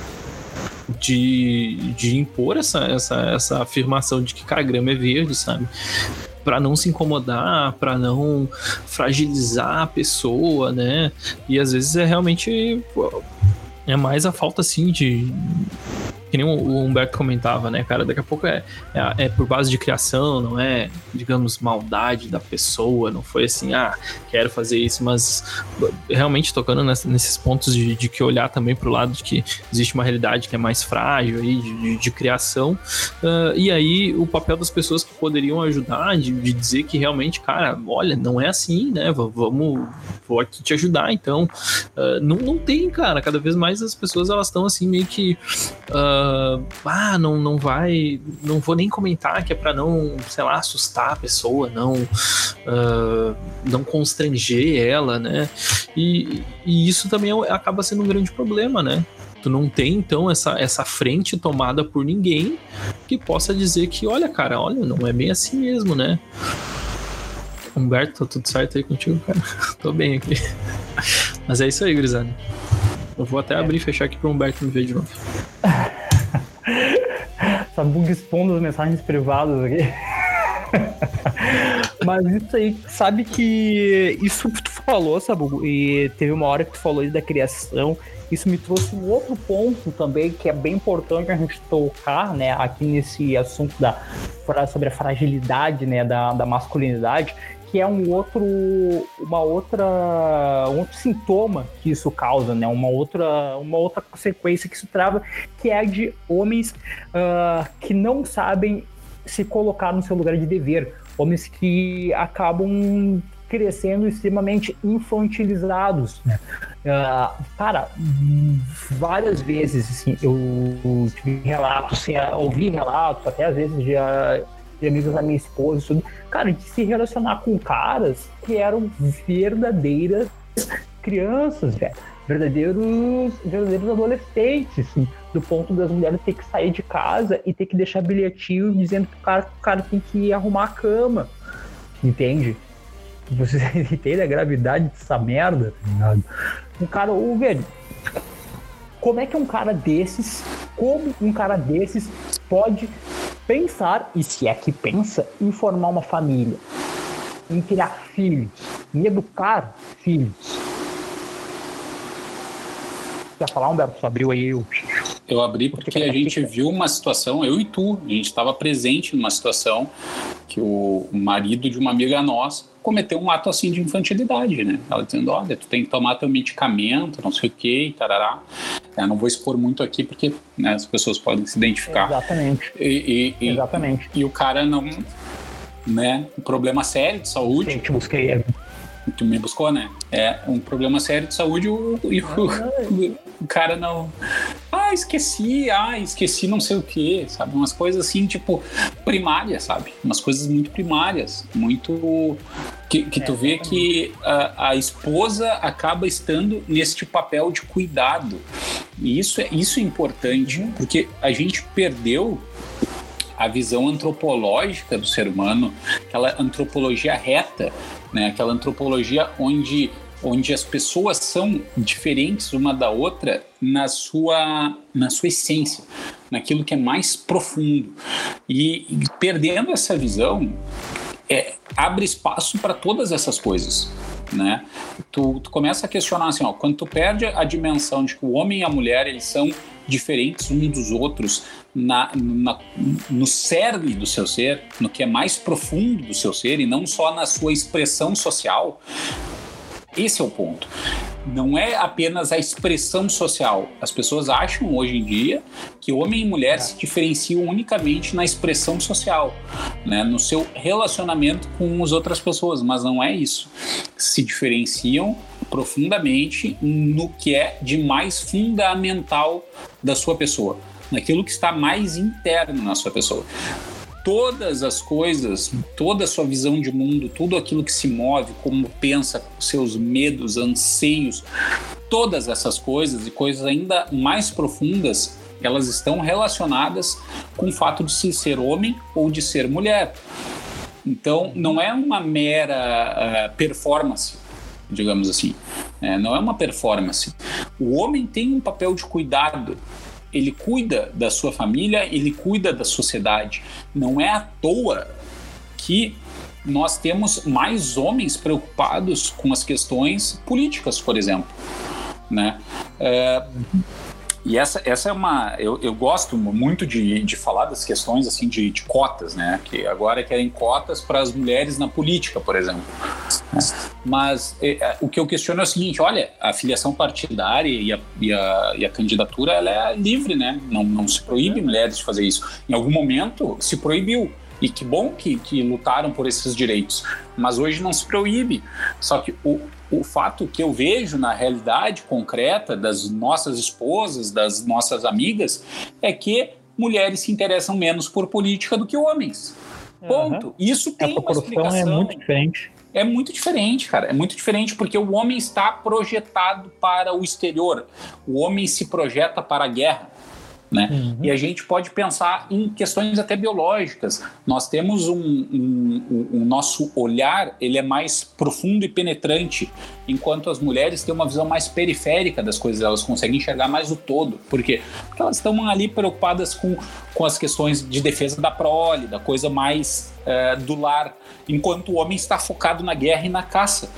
de impor essa afirmação de que a grama é verde, sabe? Pra não se incomodar, pra não fragilizar a pessoa, né? E às vezes é realmente mais a falta assim de... Que nem o Humberto comentava, né, cara? Daqui a pouco é por base de criação, não é, digamos, maldade da pessoa, não foi assim, quero fazer isso, mas realmente tocando nesses pontos de que olhar também pro lado de que existe uma realidade que é mais frágil aí, de criação, e aí o papel das pessoas que poderiam ajudar, de dizer que realmente, cara, olha, não é assim, né, vou aqui te ajudar, então, não tem, cara, cada vez mais as pessoas, elas estão assim, meio que não vou nem comentar, que é pra não, sei lá, assustar a pessoa, não constranger ela, né? E isso também acaba sendo um grande problema, né? Tu não tem, então, essa frente tomada por ninguém que possa dizer que, olha, cara, não é bem assim mesmo, né? Humberto, tá tudo certo aí contigo, cara? Tô bem aqui. Mas é isso aí, gurizada. Eu vou até abrir e fechar aqui pro Humberto me ver de novo. Essa bug expondo as mensagens privadas aqui. Mas isso aí, sabe que isso que tu falou, Sabugo, e teve uma hora que tu falou isso da criação, isso me trouxe um outro ponto também que é bem importante a gente tocar, né, aqui nesse assunto sobre a fragilidade, né, da masculinidade, que é um outro sintoma que isso causa, né? Uma outra consequência que isso trava, que é a de homens que não sabem se colocar no seu lugar de dever. Homens que acabam crescendo extremamente infantilizados, né? Cara, várias vezes, assim, eu tive relatos, assim, ouvi relatos, até às vezes de amigos da minha esposa, tudo, cara, de se relacionar com caras que eram verdadeiras crianças, velho. Verdadeiros adolescentes, assim, do ponto das mulheres ter que sair de casa e ter que deixar bilhetinho dizendo que o cara tem que arrumar a cama, entende? Você entende a gravidade dessa merda? Um cara, velho, como um cara desses pode pensar, e se é que pensa, em formar uma família, em criar filhos, em educar filhos? Quer falar, Humberto? Você abriu aí o... Eu abri porque a gente viu uma situação, eu e tu, a gente estava presente numa situação que o marido de uma amiga nossa cometeu um ato assim de infantilidade, né? Ela dizendo, olha, tu tem que tomar teu medicamento, não sei o que, e tarará. Não vou expor muito aqui porque, né, as pessoas podem se identificar. Exatamente. Exatamente. E o cara não, né, um problema sério de saúde. Eu te busquei. Tu me buscou, né? É um problema sério de saúde e o cara não... esqueci não sei o que, sabe? Umas coisas assim, tipo, primárias, sabe? Umas coisas muito primárias, muito... Que tu vê que a esposa acaba estando nesse papel de cuidado. E isso é importante, porque a gente perdeu a visão antropológica do ser humano, aquela antropologia reta, né? Aquela antropologia onde as pessoas são diferentes uma da outra na sua essência, naquilo que é mais profundo. E perdendo essa visão, abre espaço para todas essas coisas, né? Tu começa a questionar assim, quando tu perde a dimensão de que o homem e a mulher, eles são diferentes uns dos outros no cerne do seu ser, no que é mais profundo do seu ser, e não só na sua expressão social. Esse é o ponto. Não é apenas a expressão social. As pessoas acham hoje em dia que homem e mulher se diferenciam unicamente na expressão social, né? No seu relacionamento com as outras pessoas, mas não é isso. Se diferenciam profundamente no que é de mais fundamental da sua pessoa, naquilo que está mais interno na sua pessoa. Todas as coisas, toda a sua visão de mundo, tudo aquilo que se move, como pensa, seus medos, anseios, todas essas coisas e coisas ainda mais profundas, elas estão relacionadas com o fato de se ser homem ou de ser mulher. Então, não é uma mera performance, digamos assim. Não é uma performance. O homem tem um papel de cuidado. Ele cuida da sua família, ele cuida da sociedade. Não é à toa que nós temos mais homens preocupados com as questões políticas, por exemplo, né? E essa é uma... Eu gosto muito de falar das questões assim, de cotas, né? Que agora querem cotas para as mulheres na política, por exemplo. Mas o que eu questiono é o seguinte: olha, a filiação partidária e a candidatura, ela é livre, né? Não se proíbe mulheres de fazer isso. Em algum momento se proibiu. E que bom que lutaram por esses direitos. Mas hoje não se proíbe. Só que o fato que eu vejo na realidade concreta das nossas esposas, das nossas amigas, é que mulheres se interessam menos por política do que homens. Ponto. Isso tem uma explicação. É muito diferente. É muito diferente, cara. É muito diferente porque o homem está projetado para o exterior. O homem se projeta para a guerra. Né? E a gente pode pensar em questões até biológicas. Nós temos o nosso olhar, ele é mais profundo e penetrante, enquanto as mulheres têm uma visão mais periférica das coisas. Elas conseguem enxergar mais o todo. Por quê? Porque elas estão ali preocupadas com as questões de defesa da prole, da coisa mais do lar, enquanto o homem está focado na guerra e na caça.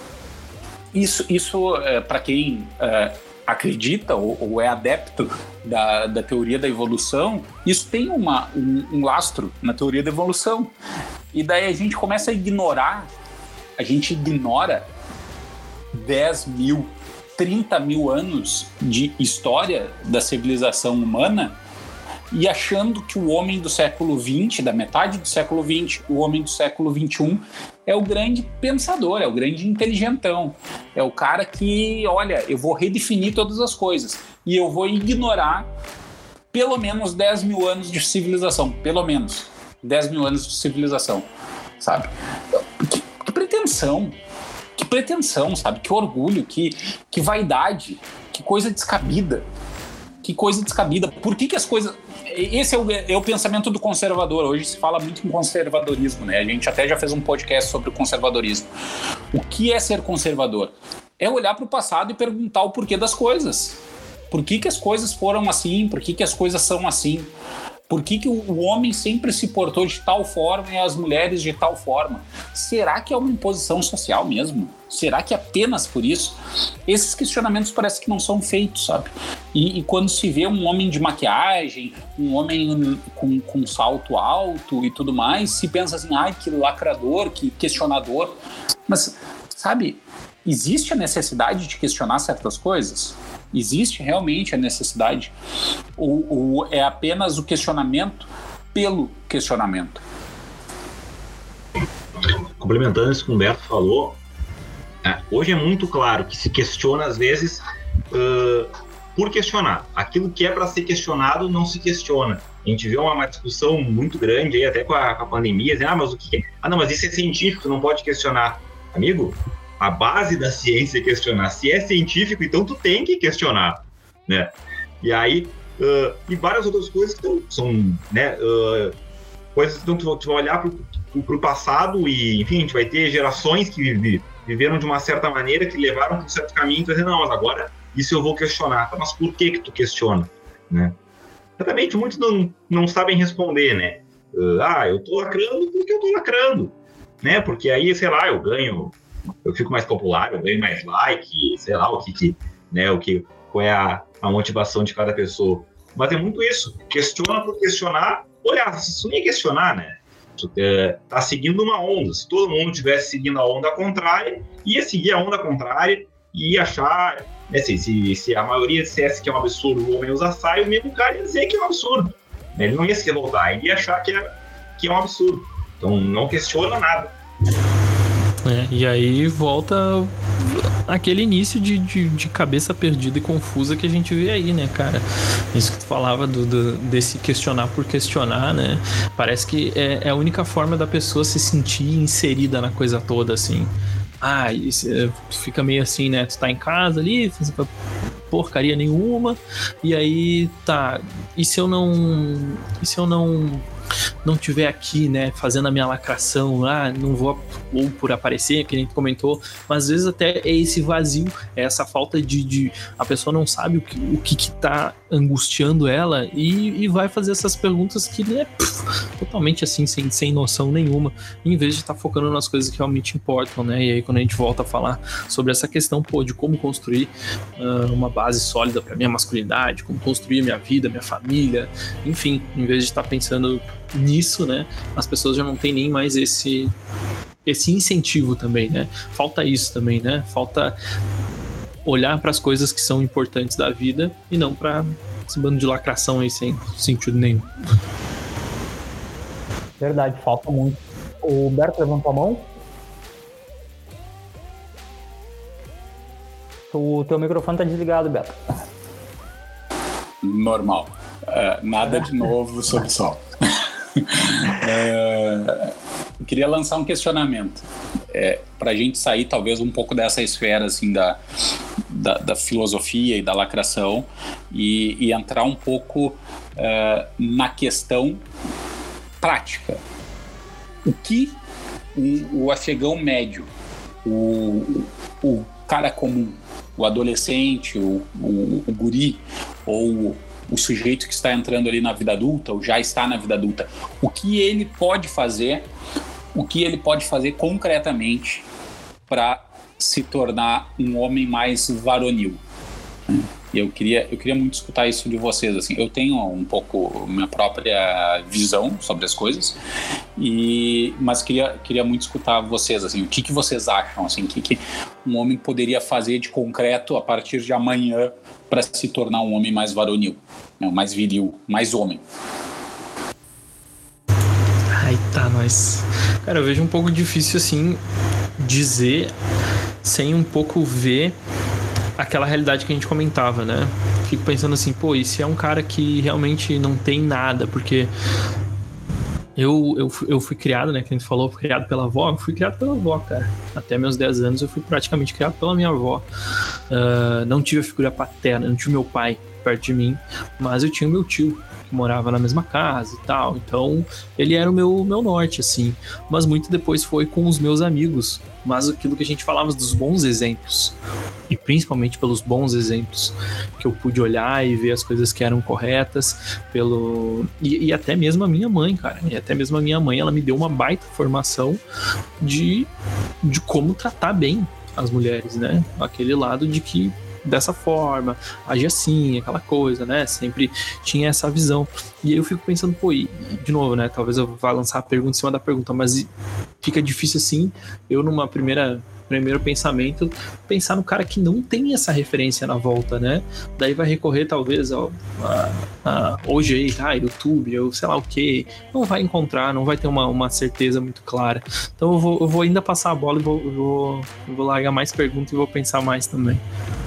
Isso para quem acredita ou é adepto da teoria da evolução, isso tem um lastro na teoria da evolução. E daí a gente começa a ignorar, a gente ignora 10 mil, 30 mil anos de história da civilização humana e achando que o homem do século XX, da metade do século XX, o homem do século XXI, é o grande pensador, é o grande inteligentão. É o cara que, olha, eu vou redefinir todas as coisas e eu vou ignorar pelo menos 10 mil anos de civilização. Pelo menos 10 mil anos de civilização, sabe? Que pretensão. Que pretensão, sabe? Que orgulho, que vaidade, que coisa descabida. Que coisa descabida. Por que as coisas... Esse é o pensamento do conservador. Hoje se fala muito em conservadorismo, né? A gente até já fez um podcast sobre o conservadorismo. O que é ser conservador? É olhar para o passado e perguntar o porquê das coisas. Por que as coisas foram assim? Por que as coisas são assim? Por que o homem sempre se portou de tal forma e as mulheres de tal forma? Será que é uma imposição social mesmo? Será que é apenas por isso? Esses questionamentos parece que não são feitos, sabe? E quando se vê um homem de maquiagem, um homem com salto alto e tudo mais, se pensa assim, ai, que lacrador, que questionador. Mas, sabe, existe a necessidade de questionar certas coisas? Existe realmente a necessidade? Ou é apenas o questionamento pelo questionamento? Complementando isso que o Humberto falou, hoje é muito claro que se questiona às vezes por questionar. Aquilo que é para ser questionado não se questiona. A gente vê uma discussão muito grande aí, até com a pandemia, dizendo, mas o que é? Não, mas isso é científico, não pode questionar. Amigo, a base da ciência é questionar. Se é científico, então tu tem que questionar, né? E aí, e várias outras coisas que são, né, coisas que tu vai olhar pro passado e, enfim, a gente vai ter gerações que viveram de uma certa maneira, que levaram para um certo caminho, e tu vai dizer, não, mas agora isso eu vou questionar. Mas por que tu questiona, né? Exatamente, muitos não sabem responder, né? Eu tô lacrando porque eu tô lacrando, né? Porque aí, sei lá, eu fico mais popular, eu ganho mais like, sei lá, né, qual é a motivação de cada pessoa. Mas é muito isso, questiona por questionar. Olha, isso nem é questionar, né? Tá seguindo uma onda. Se todo mundo estivesse seguindo a onda contrária, ia seguir a onda contrária e ia achar, né, se a maioria dissesse que é um absurdo o homem usar saia, o mesmo cara ia dizer que é um absurdo. Ele não ia se revoltar, ele ia achar que é um absurdo. Então não questiona nada. E aí volta aquele início de cabeça perdida e confusa que a gente vê aí, né, cara? Isso que tu falava desse questionar por questionar, né? Parece que é a única forma da pessoa se sentir inserida na coisa toda, assim. Isso, fica meio assim, né? Tu tá em casa ali, faz porcaria nenhuma, e aí tá. E se eu não tiver aqui, né, fazendo a minha lacração, não vou, ou por aparecer, que a gente comentou, mas às vezes até é esse vazio, é essa falta de a pessoa não sabe o que tá angustiando ela e vai fazer essas perguntas que, né, totalmente assim, sem noção nenhuma, em vez de estar focando nas coisas que realmente importam, né, e aí quando a gente volta a falar sobre essa questão, de como construir uma base sólida para minha masculinidade, como construir minha vida, minha família, enfim, em vez de estar pensando nisso, né, as pessoas já não têm nem mais esse incentivo também, né? Falta isso também, né? Falta olhar para as coisas que são importantes da vida e não para esse bando de lacração aí sem sentido nenhum. Verdade, falta muito. O Berto levantou a mão. O teu microfone tá desligado, Beto. Normal. Nada de novo sob o sol. Eu queria lançar um questionamento para a gente sair talvez um pouco dessa esfera assim, da filosofia e da lacração e entrar um pouco na questão prática. O que o afegão médio, o cara comum, o adolescente, o guri ou o sujeito que está entrando ali na vida adulta ou já está na vida adulta, o que ele pode fazer concretamente para se tornar um homem mais varonil? E eu queria muito escutar isso de vocês, assim. Eu tenho um pouco minha própria visão sobre as coisas, mas queria muito escutar vocês, assim, o que vocês acham, assim, que um homem poderia fazer de concreto a partir de amanhã para se tornar um homem mais varonil, né, mais viril, mais homem. Nós. Cara, eu vejo um pouco difícil, assim, dizer sem um pouco ver aquela realidade que a gente comentava, né? Fico pensando assim, e se é um cara que realmente não tem nada, porque eu fui criado, né, que a gente falou, fui criado pela avó, cara. Até meus 10 anos eu fui praticamente criado pela minha avó. Não tive a figura paterna, não tive meu pai perto de mim, mas eu tinha o meu tio, que morava na mesma casa e tal, então ele era o meu norte, assim, mas muito depois foi com os meus amigos, mas aquilo que a gente falava dos bons exemplos, e principalmente pelos bons exemplos, que eu pude olhar e ver as coisas que eram corretas, e até mesmo a minha mãe, cara, ela me deu uma baita formação de como tratar bem as mulheres, né, aquele lado de que dessa forma, age assim, aquela coisa, né? Sempre tinha essa visão. E aí eu fico pensando, de novo, né? Talvez eu vá lançar a pergunta em cima da pergunta, mas fica difícil assim, eu numa primeiro pensamento, pensar no cara que não tem essa referência na volta, né? Daí vai recorrer talvez ao jeito, YouTube, ou sei lá o que, não vai encontrar, não vai ter uma certeza muito clara. Então eu vou ainda passar a bola e vou largar mais perguntas e vou pensar mais também.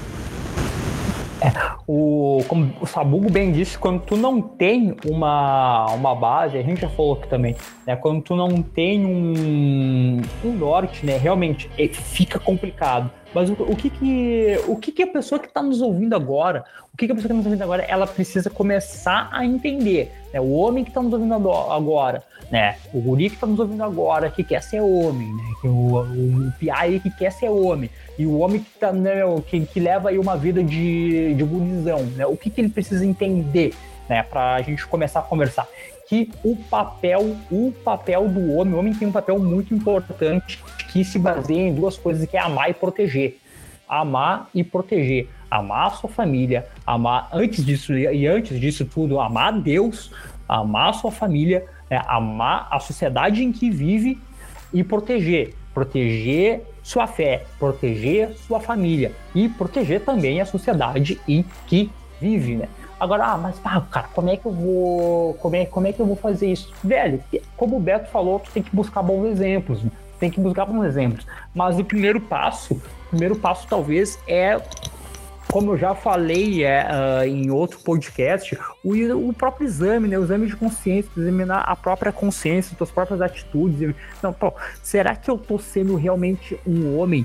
Como o Sabugo bem disse, quando tu não tem uma base, a gente já falou aqui também, né? Quando tu não tem um norte, né? Realmente fica complicado. Mas o que a pessoa que está nos ouvindo agora, ela precisa começar a entender, né? O homem que está nos ouvindo agora, né? O guri que está nos ouvindo agora, que quer ser homem, né? O piai que quer ser homem, e o homem que, tá, né, que leva aí uma vida de gurizão, né? O que ele precisa entender, né? Para a gente começar a conversar. Que o papel do homem, o homem tem um papel muito importante que se baseia em duas coisas, que é amar e proteger. Amar e proteger. Amar a sua família, antes disso tudo, amar Deus, amar a sua família, né? Amar a sociedade em que vive e proteger sua fé, proteger sua família e proteger também a sociedade em que vive, né? Agora, cara, como é que eu vou fazer isso? Velho, como o Beto falou, tu tem que buscar bons exemplos. tem que buscar bons exemplos. Mas o primeiro passo talvez é, como eu já falei em outro podcast, o próprio exame, né? O exame de consciência, examinar a própria consciência, suas próprias atitudes. Não, pô, será que eu tô sendo realmente um homem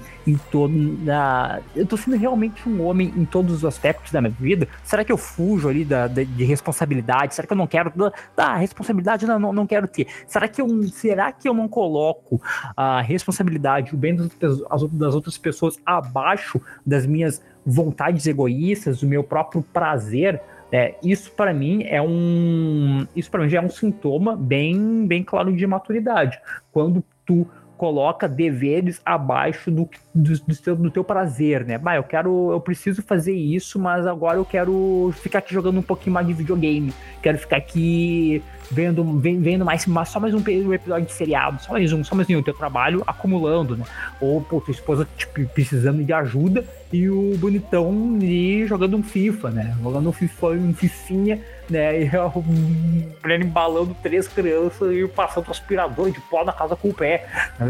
eu tô sendo realmente um homem em todos os aspectos da minha vida? Será que eu fujo ali de responsabilidade? Será que eu não quero da responsabilidade? Não quero ter. Será que eu não coloco a responsabilidade, o bem das outras pessoas abaixo das minhas vontades egoístas, do meu próprio prazer? Isso para mim já é um sintoma bem, bem claro de maturidade. Quando tu coloca deveres abaixo do teu prazer, né? Eu preciso fazer isso, mas agora eu quero ficar aqui jogando um pouquinho mais de videogame. Quero ficar aqui vendo só mais um episódio de seriado, só mais um teu trabalho acumulando, né? Ou, pô, tua esposa precisando de ajuda e o bonitão ali jogando um FIFA, né? Jogando um fifinha, né? E ele embalando 3 crianças e passando aspirador de pó na casa com o pé.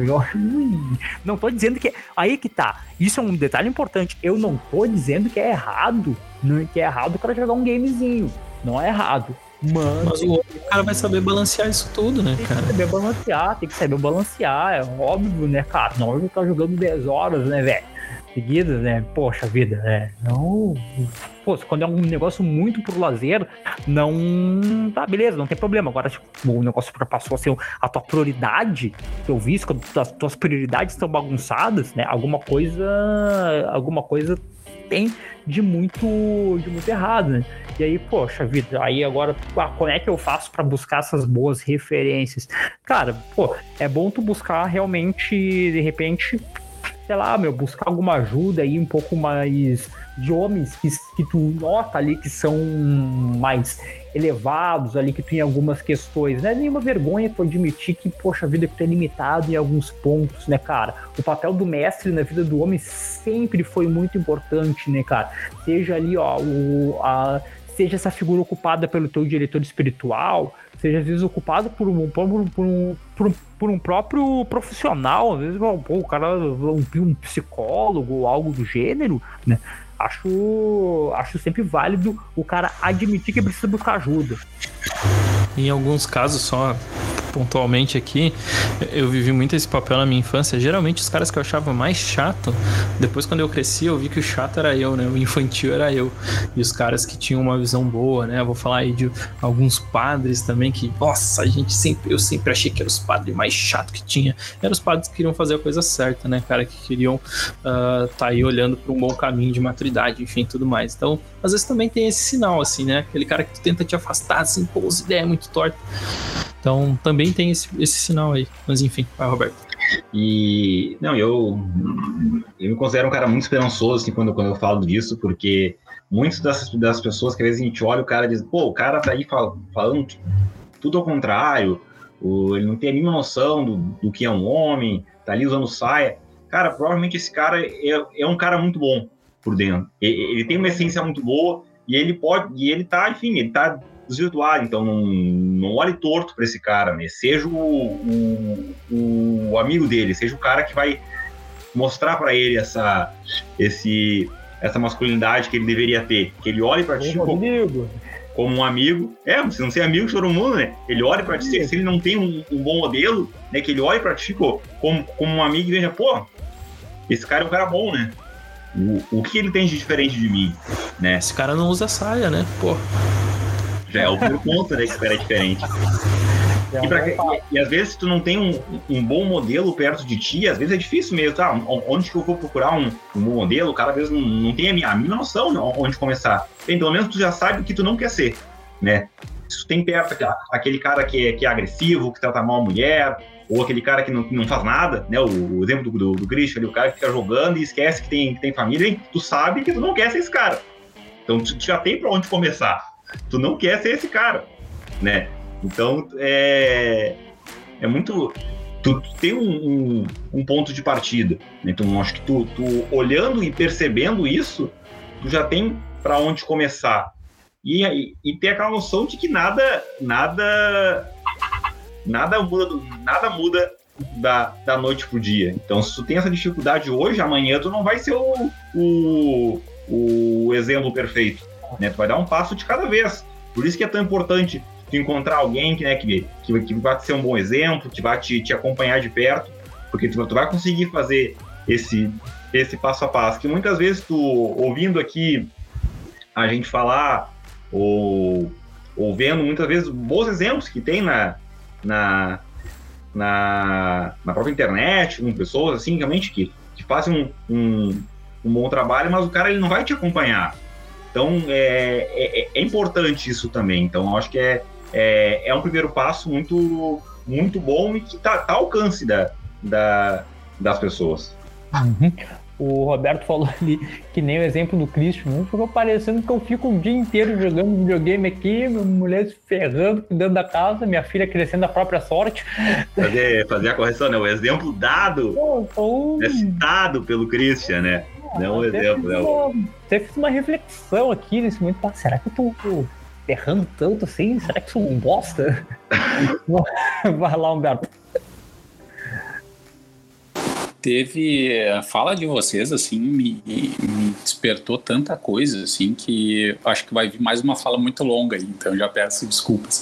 Não tô dizendo que... Aí que tá. Isso é um detalhe importante. Eu não tô dizendo que é errado. Que é errado o cara jogar um gamezinho. Não é errado. Mas o cara vai saber balancear isso tudo, né, cara? Tem que saber balancear, é óbvio, né, cara? Não, ele tá jogando 10 horas, né, velho? Seguidas, né? Poxa vida, né? Não. Pô, quando é um negócio muito pro lazer, não. Tá, beleza, não tem problema. Agora, tipo, o negócio passou a ser a tua prioridade, que eu vi, quando as tuas prioridades estão bagunçadas, né? Alguma coisa tem de muito errado, né? E aí, poxa vida, aí agora, como é que eu faço pra buscar essas boas referências? Cara, pô, é bom tu buscar realmente, de repente, sei lá, buscar alguma ajuda aí um pouco mais de homens que tu nota ali que são mais elevados ali, que tem algumas questões. Não é nenhuma vergonha tu admitir que, poxa, a vida que tu é limitado em alguns pontos, né, cara? O papel do mestre na vida do homem sempre foi muito importante, né, cara? Seja ali, seja essa figura ocupada pelo teu diretor espiritual, seja às vezes ocupado por um próprio profissional, às vezes o cara, um psicólogo ou algo do gênero, né? Acho sempre válido o cara admitir que precisa buscar ajuda. Em alguns casos, só pontualmente aqui, eu vivi muito esse papel na minha infância. Geralmente os caras que eu achava mais chato, depois quando eu cresci eu vi que o chato era eu, né? O infantil era eu. E os caras que tinham uma visão boa, né? Eu vou falar aí de alguns padres também que, nossa, eu sempre achei que eram os padres mais chatos que tinha. Eram os padres que queriam fazer a coisa certa, né, cara? Que queriam tá aí olhando para um bom caminho de maturidade, enfim, tudo mais. Então, às vezes também tem esse sinal, assim, né? Aquele cara que tu tenta te afastar, assim, pô, as ideias muito tortas. Então, também tem esse sinal aí. Mas, enfim, vai, Roberto. E, não, eu me considero um cara muito esperançoso, assim, quando eu falo disso, porque muitas das pessoas que às vezes a gente olha, o cara diz, pô, o cara tá aí falando tudo ao contrário, ele não tem a mínima noção do que é um homem, tá ali usando saia. Cara, provavelmente esse cara é um cara muito bom por dentro. Ele tem uma essência muito boa e ele tá desvirtuado, então não olhe torto para esse cara, né? Seja o amigo dele, seja o cara que vai mostrar para ele essa masculinidade que ele deveria ter, que ele olhe para ti como um amigo, você não ser amigo de todo mundo, né? Ele olhe para ti, se ele não tem um bom modelo, né? Que ele olhe para ti como um amigo e veja, pô, esse cara é um cara bom, né? O que ele tem de diferente de mim, né? Esse cara não usa saia, né? Pô. Já é o primeiro ponto, né, que o cara é diferente. E às vezes, se tu não tem um bom modelo perto de ti, às vezes é difícil mesmo, tá? Onde que eu vou procurar um bom modelo? O cara às vezes não tem a mínima noção de onde começar. Bem, pelo menos tu já sabe o que tu não quer ser, né? Se tu tem perto aquele cara que é agressivo, que trata mal a mulher, ou aquele cara que não faz nada, né? O exemplo do Christian ali, o cara que fica jogando e esquece que tem família, hein? Tu sabe que tu não quer ser esse cara. Então tu já tem pra onde começar. Tu não quer ser esse cara, né? Então, é muito... Tu tem um ponto de partida, né? Então, acho que tu olhando e percebendo isso, tu já tem para onde começar. E ter aquela noção de que nada muda da noite pro dia. Então, se tu tem essa dificuldade hoje, amanhã tu não vai ser o exemplo perfeito, né? Tu vai dar um passo de cada vez. Por isso que é tão importante tu encontrar alguém que vai ser um bom exemplo, que vai te acompanhar de perto, porque tu vai conseguir fazer esse passo a passo, que muitas vezes tu, ouvindo aqui a gente falar, ou vendo muitas vezes bons exemplos que tem na própria internet, com pessoas assim, realmente que fazem um bom trabalho, mas o cara ele não vai te acompanhar. Então é importante isso também. Então eu acho que é um primeiro passo muito, muito bom e que tá ao alcance das pessoas. Uhum. O Roberto falou ali que nem o exemplo do Christian, ficou parecendo que eu fico o dia inteiro jogando videogame aqui, minha mulher se ferrando, cuidando da casa, minha filha crescendo a própria sorte. Fazer a correção, né? O exemplo dado é citado pelo Christian, né? Não o exemplo, né? Você fez uma reflexão aqui nesse momento, será que eu tô errando tanto assim? Será que sou um bosta? Vai lá, Humberto. A fala de vocês, assim, me despertou tanta coisa, assim, que acho que vai vir mais uma fala muito longa aí, então já peço desculpas.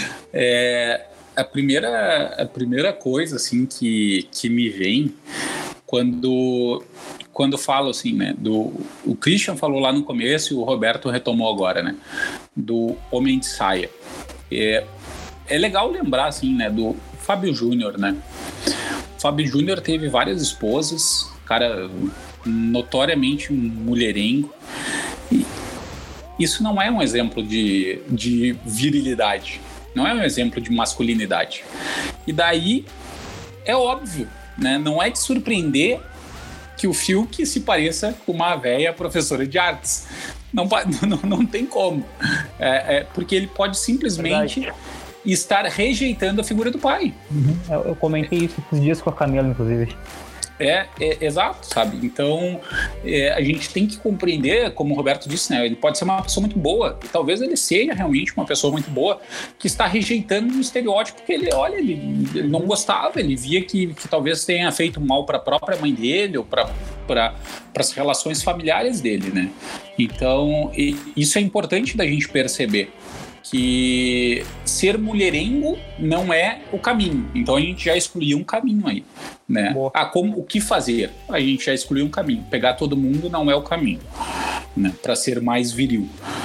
A primeira coisa, assim, que me vem quando falo, assim, né, o Christian falou lá no começo e o Roberto retomou agora, né, do Homem de Saia. É legal lembrar, assim, né, do Fábio Júnior, né. Fábio Júnior teve várias esposas, cara notoriamente mulherengo. E isso não é um exemplo de virilidade, não é um exemplo de masculinidade. E daí é óbvio, né? Não é de surpreender que o Fiuk se pareça com uma velha professora de artes. Não tem como. Porque ele pode simplesmente... e estar rejeitando a figura do pai. Uhum. Eu comentei isso esses dias com a Camila, inclusive. Exato, sabe? Então, a gente tem que compreender, como o Roberto disse, né? Ele pode ser uma pessoa muito boa, e talvez ele seja realmente uma pessoa muito boa, que está rejeitando um estereótipo que ele não gostava, ele via que talvez tenha feito mal para a própria mãe dele, ou para as relações familiares dele, né? Então, isso é importante da gente perceber, que ser mulherengo não é o caminho. Então a gente já excluiu um caminho aí, né? O que fazer? A gente já excluiu um caminho. Pegar todo mundo não é o caminho, né? Para ser mais viril.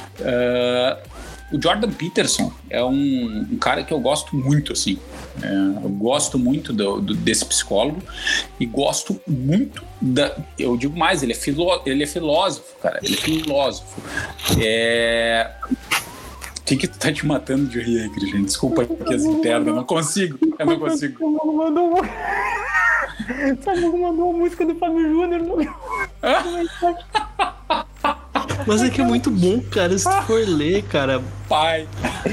O Jordan Peterson é um cara que eu gosto muito, assim. Eu gosto muito desse psicólogo e gosto muito eu digo mais, ele é filósofo, cara. Ele é filósofo. O que tu tá te matando de rir aí, Cristian? Desculpa que as internas, eu não consigo. Samugo mandou uma música do Fábio Júnior. Mas é que é muito bom, cara. Se tu for ler, cara. Pai.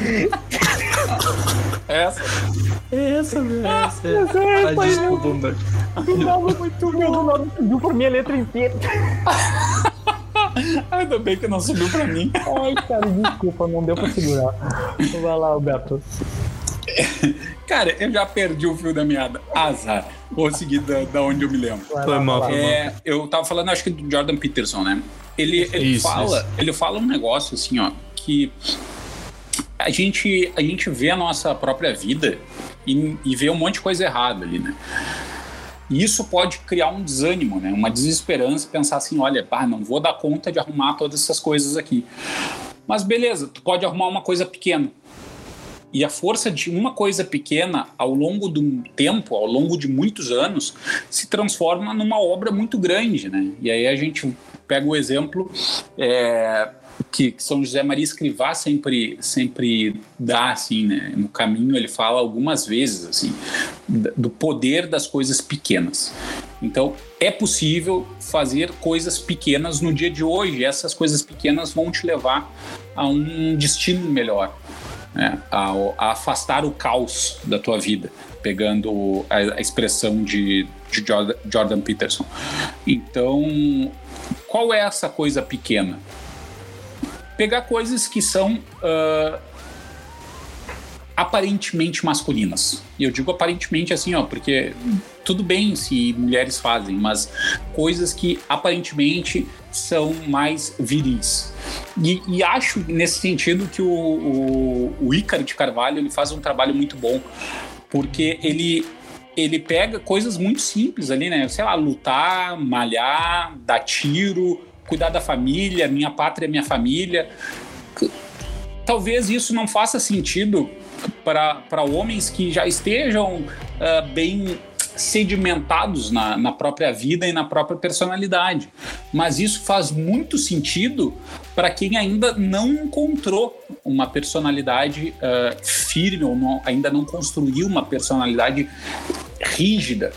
Essa, velho. Desculpa, Humberto. Do nada muito bom. Do nada subiu por minha letra inteira. Ainda bem que não subiu pra mim. Ai, cara, desculpa, não deu pra segurar. Vai lá, Alberto. Cara, eu já perdi o fio da meada. Azar. Vou seguir da onde eu me lembro. Foi mal. Eu tava falando, acho que do Jordan Peterson, né? Ele fala um negócio assim, ó, que a gente vê a nossa própria vida e vê um monte de coisa errada ali, né? E isso pode criar um desânimo, né? Uma desesperança, pensar assim, olha, não vou dar conta de arrumar todas essas coisas aqui. Mas beleza, tu pode arrumar uma coisa pequena. E a força de uma coisa pequena, ao longo do tempo, ao longo de muitos anos, se transforma numa obra muito grande, né? E aí a gente pega o exemplo que São José Maria Escrivá sempre dá, assim, né? No caminho ele fala algumas vezes, assim, do poder das coisas pequenas. Então, é possível fazer coisas pequenas no dia de hoje, e essas coisas pequenas vão te levar a um destino melhor, né? A afastar o caos da tua vida, pegando a expressão de Jordan Peterson. Então, qual é essa coisa pequena? Pegar coisas que são aparentemente masculinas. E eu digo aparentemente assim, porque tudo bem se mulheres fazem, mas coisas que aparentemente são mais viris. E acho nesse sentido que o Ícaro de Carvalho ele faz um trabalho muito bom, porque ele pega coisas muito simples ali, né? Sei lá, lutar, malhar, dar tiro, cuidar da família, minha pátria, minha família. Talvez isso não faça sentido para homens que já estejam bem sedimentados na própria vida e na própria personalidade. Mas isso faz muito sentido para quem ainda não encontrou uma personalidade firme ou ainda não construiu uma personalidade rígida.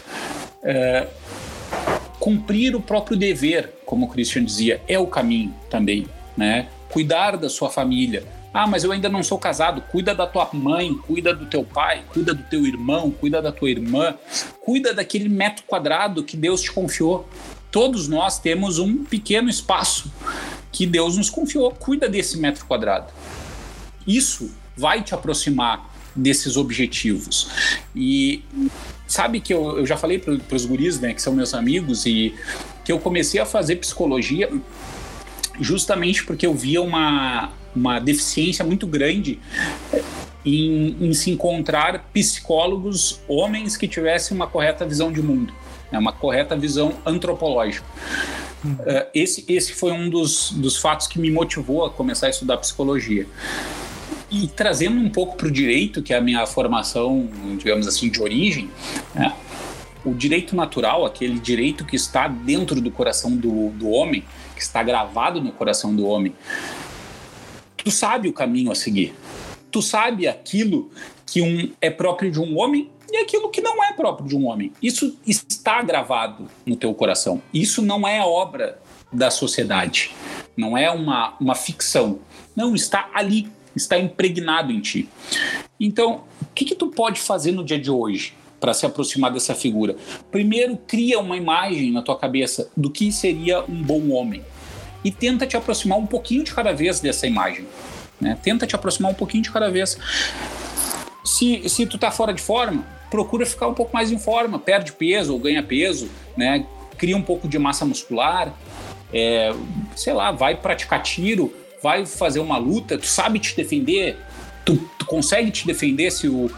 Cumprir o próprio dever, como o Christian dizia, é o caminho também, né? Cuidar da sua família. Mas eu ainda não sou casado. Cuida da tua mãe, cuida do teu pai, cuida do teu irmão, cuida da tua irmã, cuida daquele metro quadrado que Deus te confiou. Todos nós temos um pequeno espaço que Deus nos confiou. Cuida desse metro quadrado. Isso vai te aproximar desses objetivos. E sabe que eu já falei para os guris, né, que são meus amigos, e que eu comecei a fazer psicologia justamente porque eu via uma deficiência muito grande em se encontrar psicólogos, homens que tivessem uma correta visão de mundo, né, uma correta visão antropológica. Esse foi um dos fatos que me motivou a começar a estudar psicologia. E trazendo um pouco para o direito, que é a minha formação, digamos assim, de origem, né, o direito natural, aquele direito que está dentro do coração do homem, que está gravado no coração do homem, tu sabe o caminho a seguir. Tu sabe aquilo que é próprio de um homem e aquilo que não é próprio de um homem. Isso está gravado no teu coração. Isso não é obra da sociedade. Não é uma ficção. Não, está ali. Está impregnado em ti. Então, o que tu pode fazer no dia de hoje para se aproximar dessa figura? Primeiro, cria uma imagem na tua cabeça do que seria um bom homem. E tenta te aproximar um pouquinho de cada vez dessa imagem, né? Tenta te aproximar um pouquinho de cada vez. Se tu tá fora de forma, procura ficar um pouco mais em forma, perde peso ou ganha peso, né? Cria um pouco de massa muscular, sei lá, vai praticar tiro, vai fazer uma luta, tu sabe te defender, tu consegue te defender se o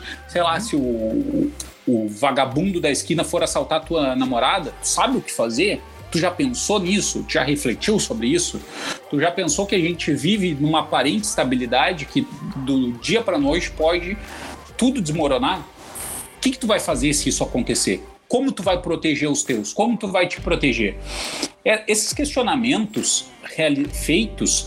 vagabundo da esquina for assaltar tua namorada, tu sabe o que fazer? Tu já pensou nisso? Tu já refletiu sobre isso? Tu já pensou que a gente vive numa aparente estabilidade que do dia para noite pode tudo desmoronar? O que tu vai fazer se isso acontecer? Como tu vai proteger os teus? Como tu vai te proteger? Esses questionamentos feitos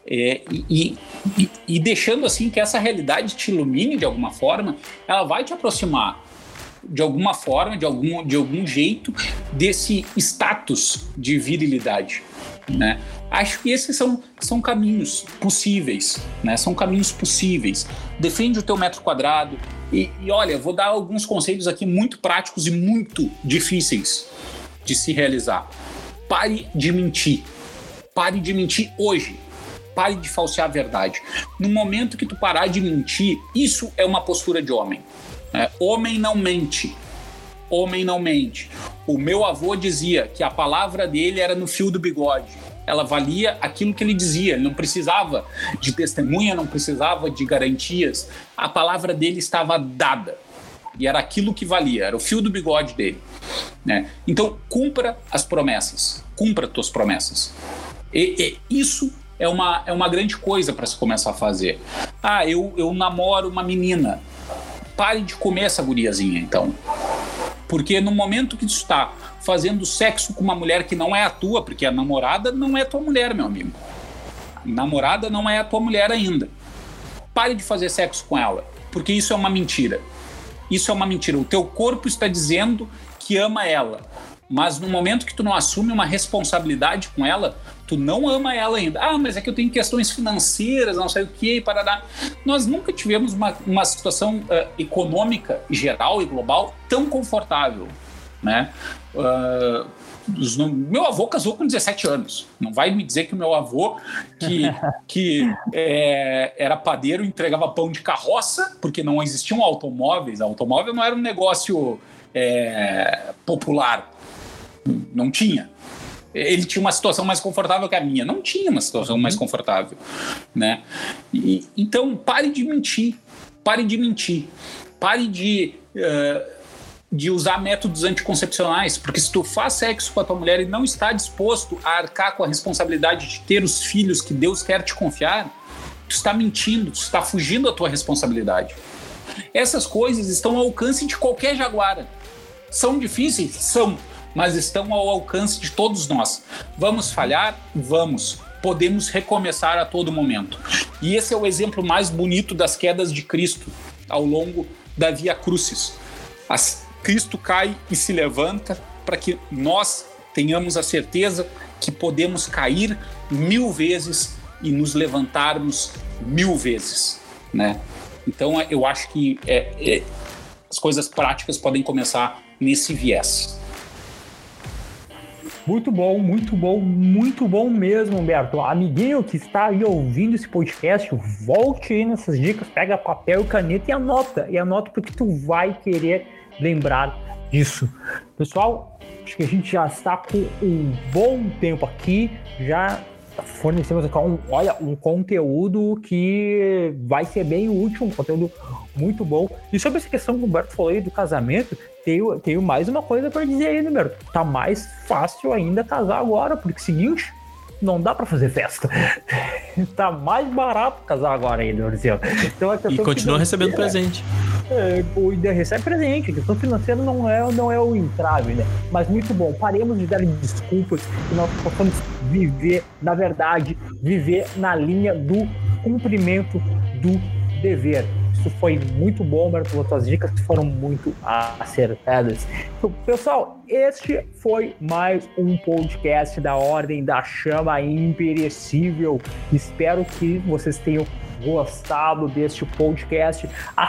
e deixando assim que essa realidade te ilumine de alguma forma, ela vai te aproximar de alguma forma, de algum jeito, desse status de virilidade, né? Acho que esses são caminhos possíveis, né? São caminhos possíveis. Defende o teu metro quadrado e olha, vou dar alguns conselhos aqui muito práticos e muito difíceis de se realizar. Pare de mentir. Pare de mentir hoje. Pare de falsear a verdade. No momento que tu parar de mentir, isso é uma postura de homem. Homem não mente. Homem não mente. O meu avô dizia que a palavra dele era no fio do bigode. Ela valia aquilo que ele dizia. Ele não precisava de testemunha, não precisava de garantias. A palavra dele estava dada. E era aquilo que valia, era o fio do bigode dele, né? Então, cumpra as promessas. Cumpra tuas promessas. Isso é uma grande coisa para se começar a fazer. Eu namoro uma menina. Pare de comer essa guriazinha, então. Porque no momento que tu está fazendo sexo com uma mulher que não é a tua, porque a namorada não é a tua mulher, meu amigo. A namorada não é a tua mulher ainda. Pare de fazer sexo com ela, porque isso é uma mentira. Isso é uma mentira. O teu corpo está dizendo que ama ela, mas no momento que tu não assume uma responsabilidade com ela, tu não ama ela ainda. Mas é que eu tenho questões financeiras, não sei o que, parará. Nós nunca tivemos uma situação econômica geral e global tão confortável, né? Meu avô casou com 17 anos. Não vai me dizer que o meu avô, que era padeiro, entregava pão de carroça, porque não existiam automóveis. Automóvel não era um negócio popular. Não tinha. Ele tinha uma situação mais confortável que a minha. Não tinha uma situação mais confortável, né? Então, pare de mentir. Pare de usar métodos anticoncepcionais, porque se tu faz sexo com a tua mulher e não está disposto a arcar com a responsabilidade de ter os filhos que Deus quer te confiar, tu está mentindo, tu está fugindo da tua responsabilidade. Essas coisas estão ao alcance de qualquer jaguara. São difíceis? São, mas estão ao alcance de todos nós. Vamos falhar? Vamos. Podemos recomeçar a todo momento. E esse é o exemplo mais bonito das quedas de Cristo ao longo da Via Crucis. Cristo cai e se levanta para que nós tenhamos a certeza que podemos cair 1000 vezes e nos levantarmos 1000 vezes, né? Então eu acho que as coisas práticas podem começar nesse viés. Muito bom, muito bom, muito bom mesmo, Humberto. Amiguinho que está aí ouvindo esse podcast, volte aí nessas dicas, pega papel e caneta e anota porque tu vai querer lembrar disso. Pessoal, acho que a gente já está com um bom tempo aqui, já fornecemos aqui um conteúdo que vai ser bem útil, um conteúdo muito bom. E sobre essa questão que o Humberto falou aí do casamento, tenho mais uma coisa para dizer aí, Humberto. Tá mais fácil ainda casar agora, porque seguinte, não dá para fazer festa. Tá mais barato casar agora ainda, Brasil. Então, e continua recebendo presente. Ainda recebe presente. A questão financeira não é o entrave, né? Mas muito bom. Paremos de dar desculpas e nós possamos viver, na verdade, viver na linha do cumprimento do dever. Isso foi muito bom, Humberto. As tuas dicas foram muito acertadas. Então, pessoal, este foi mais um podcast da Ordem da Chama Imperecível. Espero que vocês tenham gostado deste podcast.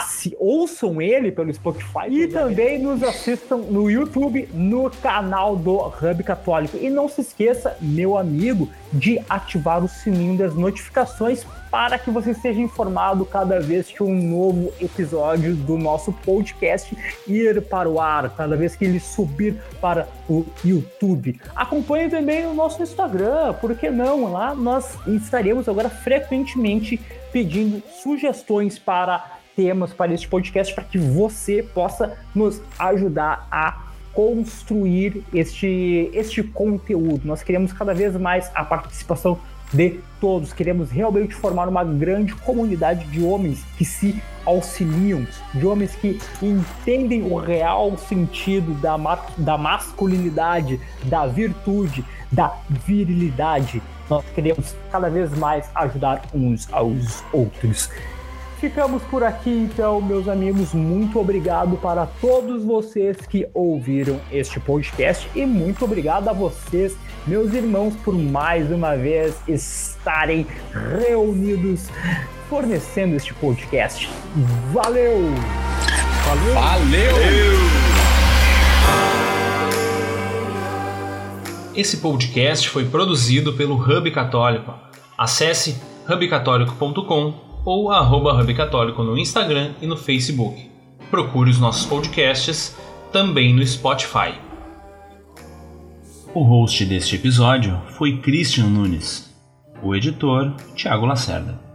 Ouçam ele pelo Spotify e também nos assistam no YouTube, no canal do Hub Católico. E não se esqueça, meu amigo, de ativar o sininho das notificações para que você seja informado cada vez que um novo episódio do nosso podcast ir para o ar, cada vez que ele subir para o YouTube. Acompanhe também o nosso Instagram, por que não? Lá nós estaremos agora frequentemente pedindo sugestões para temas para este podcast, para que você possa nos ajudar a construir este conteúdo. Nós queremos cada vez mais a participação de todos, queremos realmente formar uma grande comunidade de homens que se auxiliam, de homens que entendem o real sentido da masculinidade, da virtude, da virilidade. Nós queremos cada vez mais ajudar uns aos outros. Ficamos por aqui, então, meus amigos. Muito obrigado para todos vocês que ouviram este podcast e muito obrigado a vocês, meus irmãos, por mais uma vez estarem reunidos fornecendo este podcast. Valeu! Valeu! Esse podcast foi produzido pelo Hub Católico. Acesse hubcatólico.com ou @Hub Católico no Instagram e no Facebook. Procure os nossos podcasts também no Spotify. O host deste episódio foi Christian Nunes. O editor, Thiago Lacerda.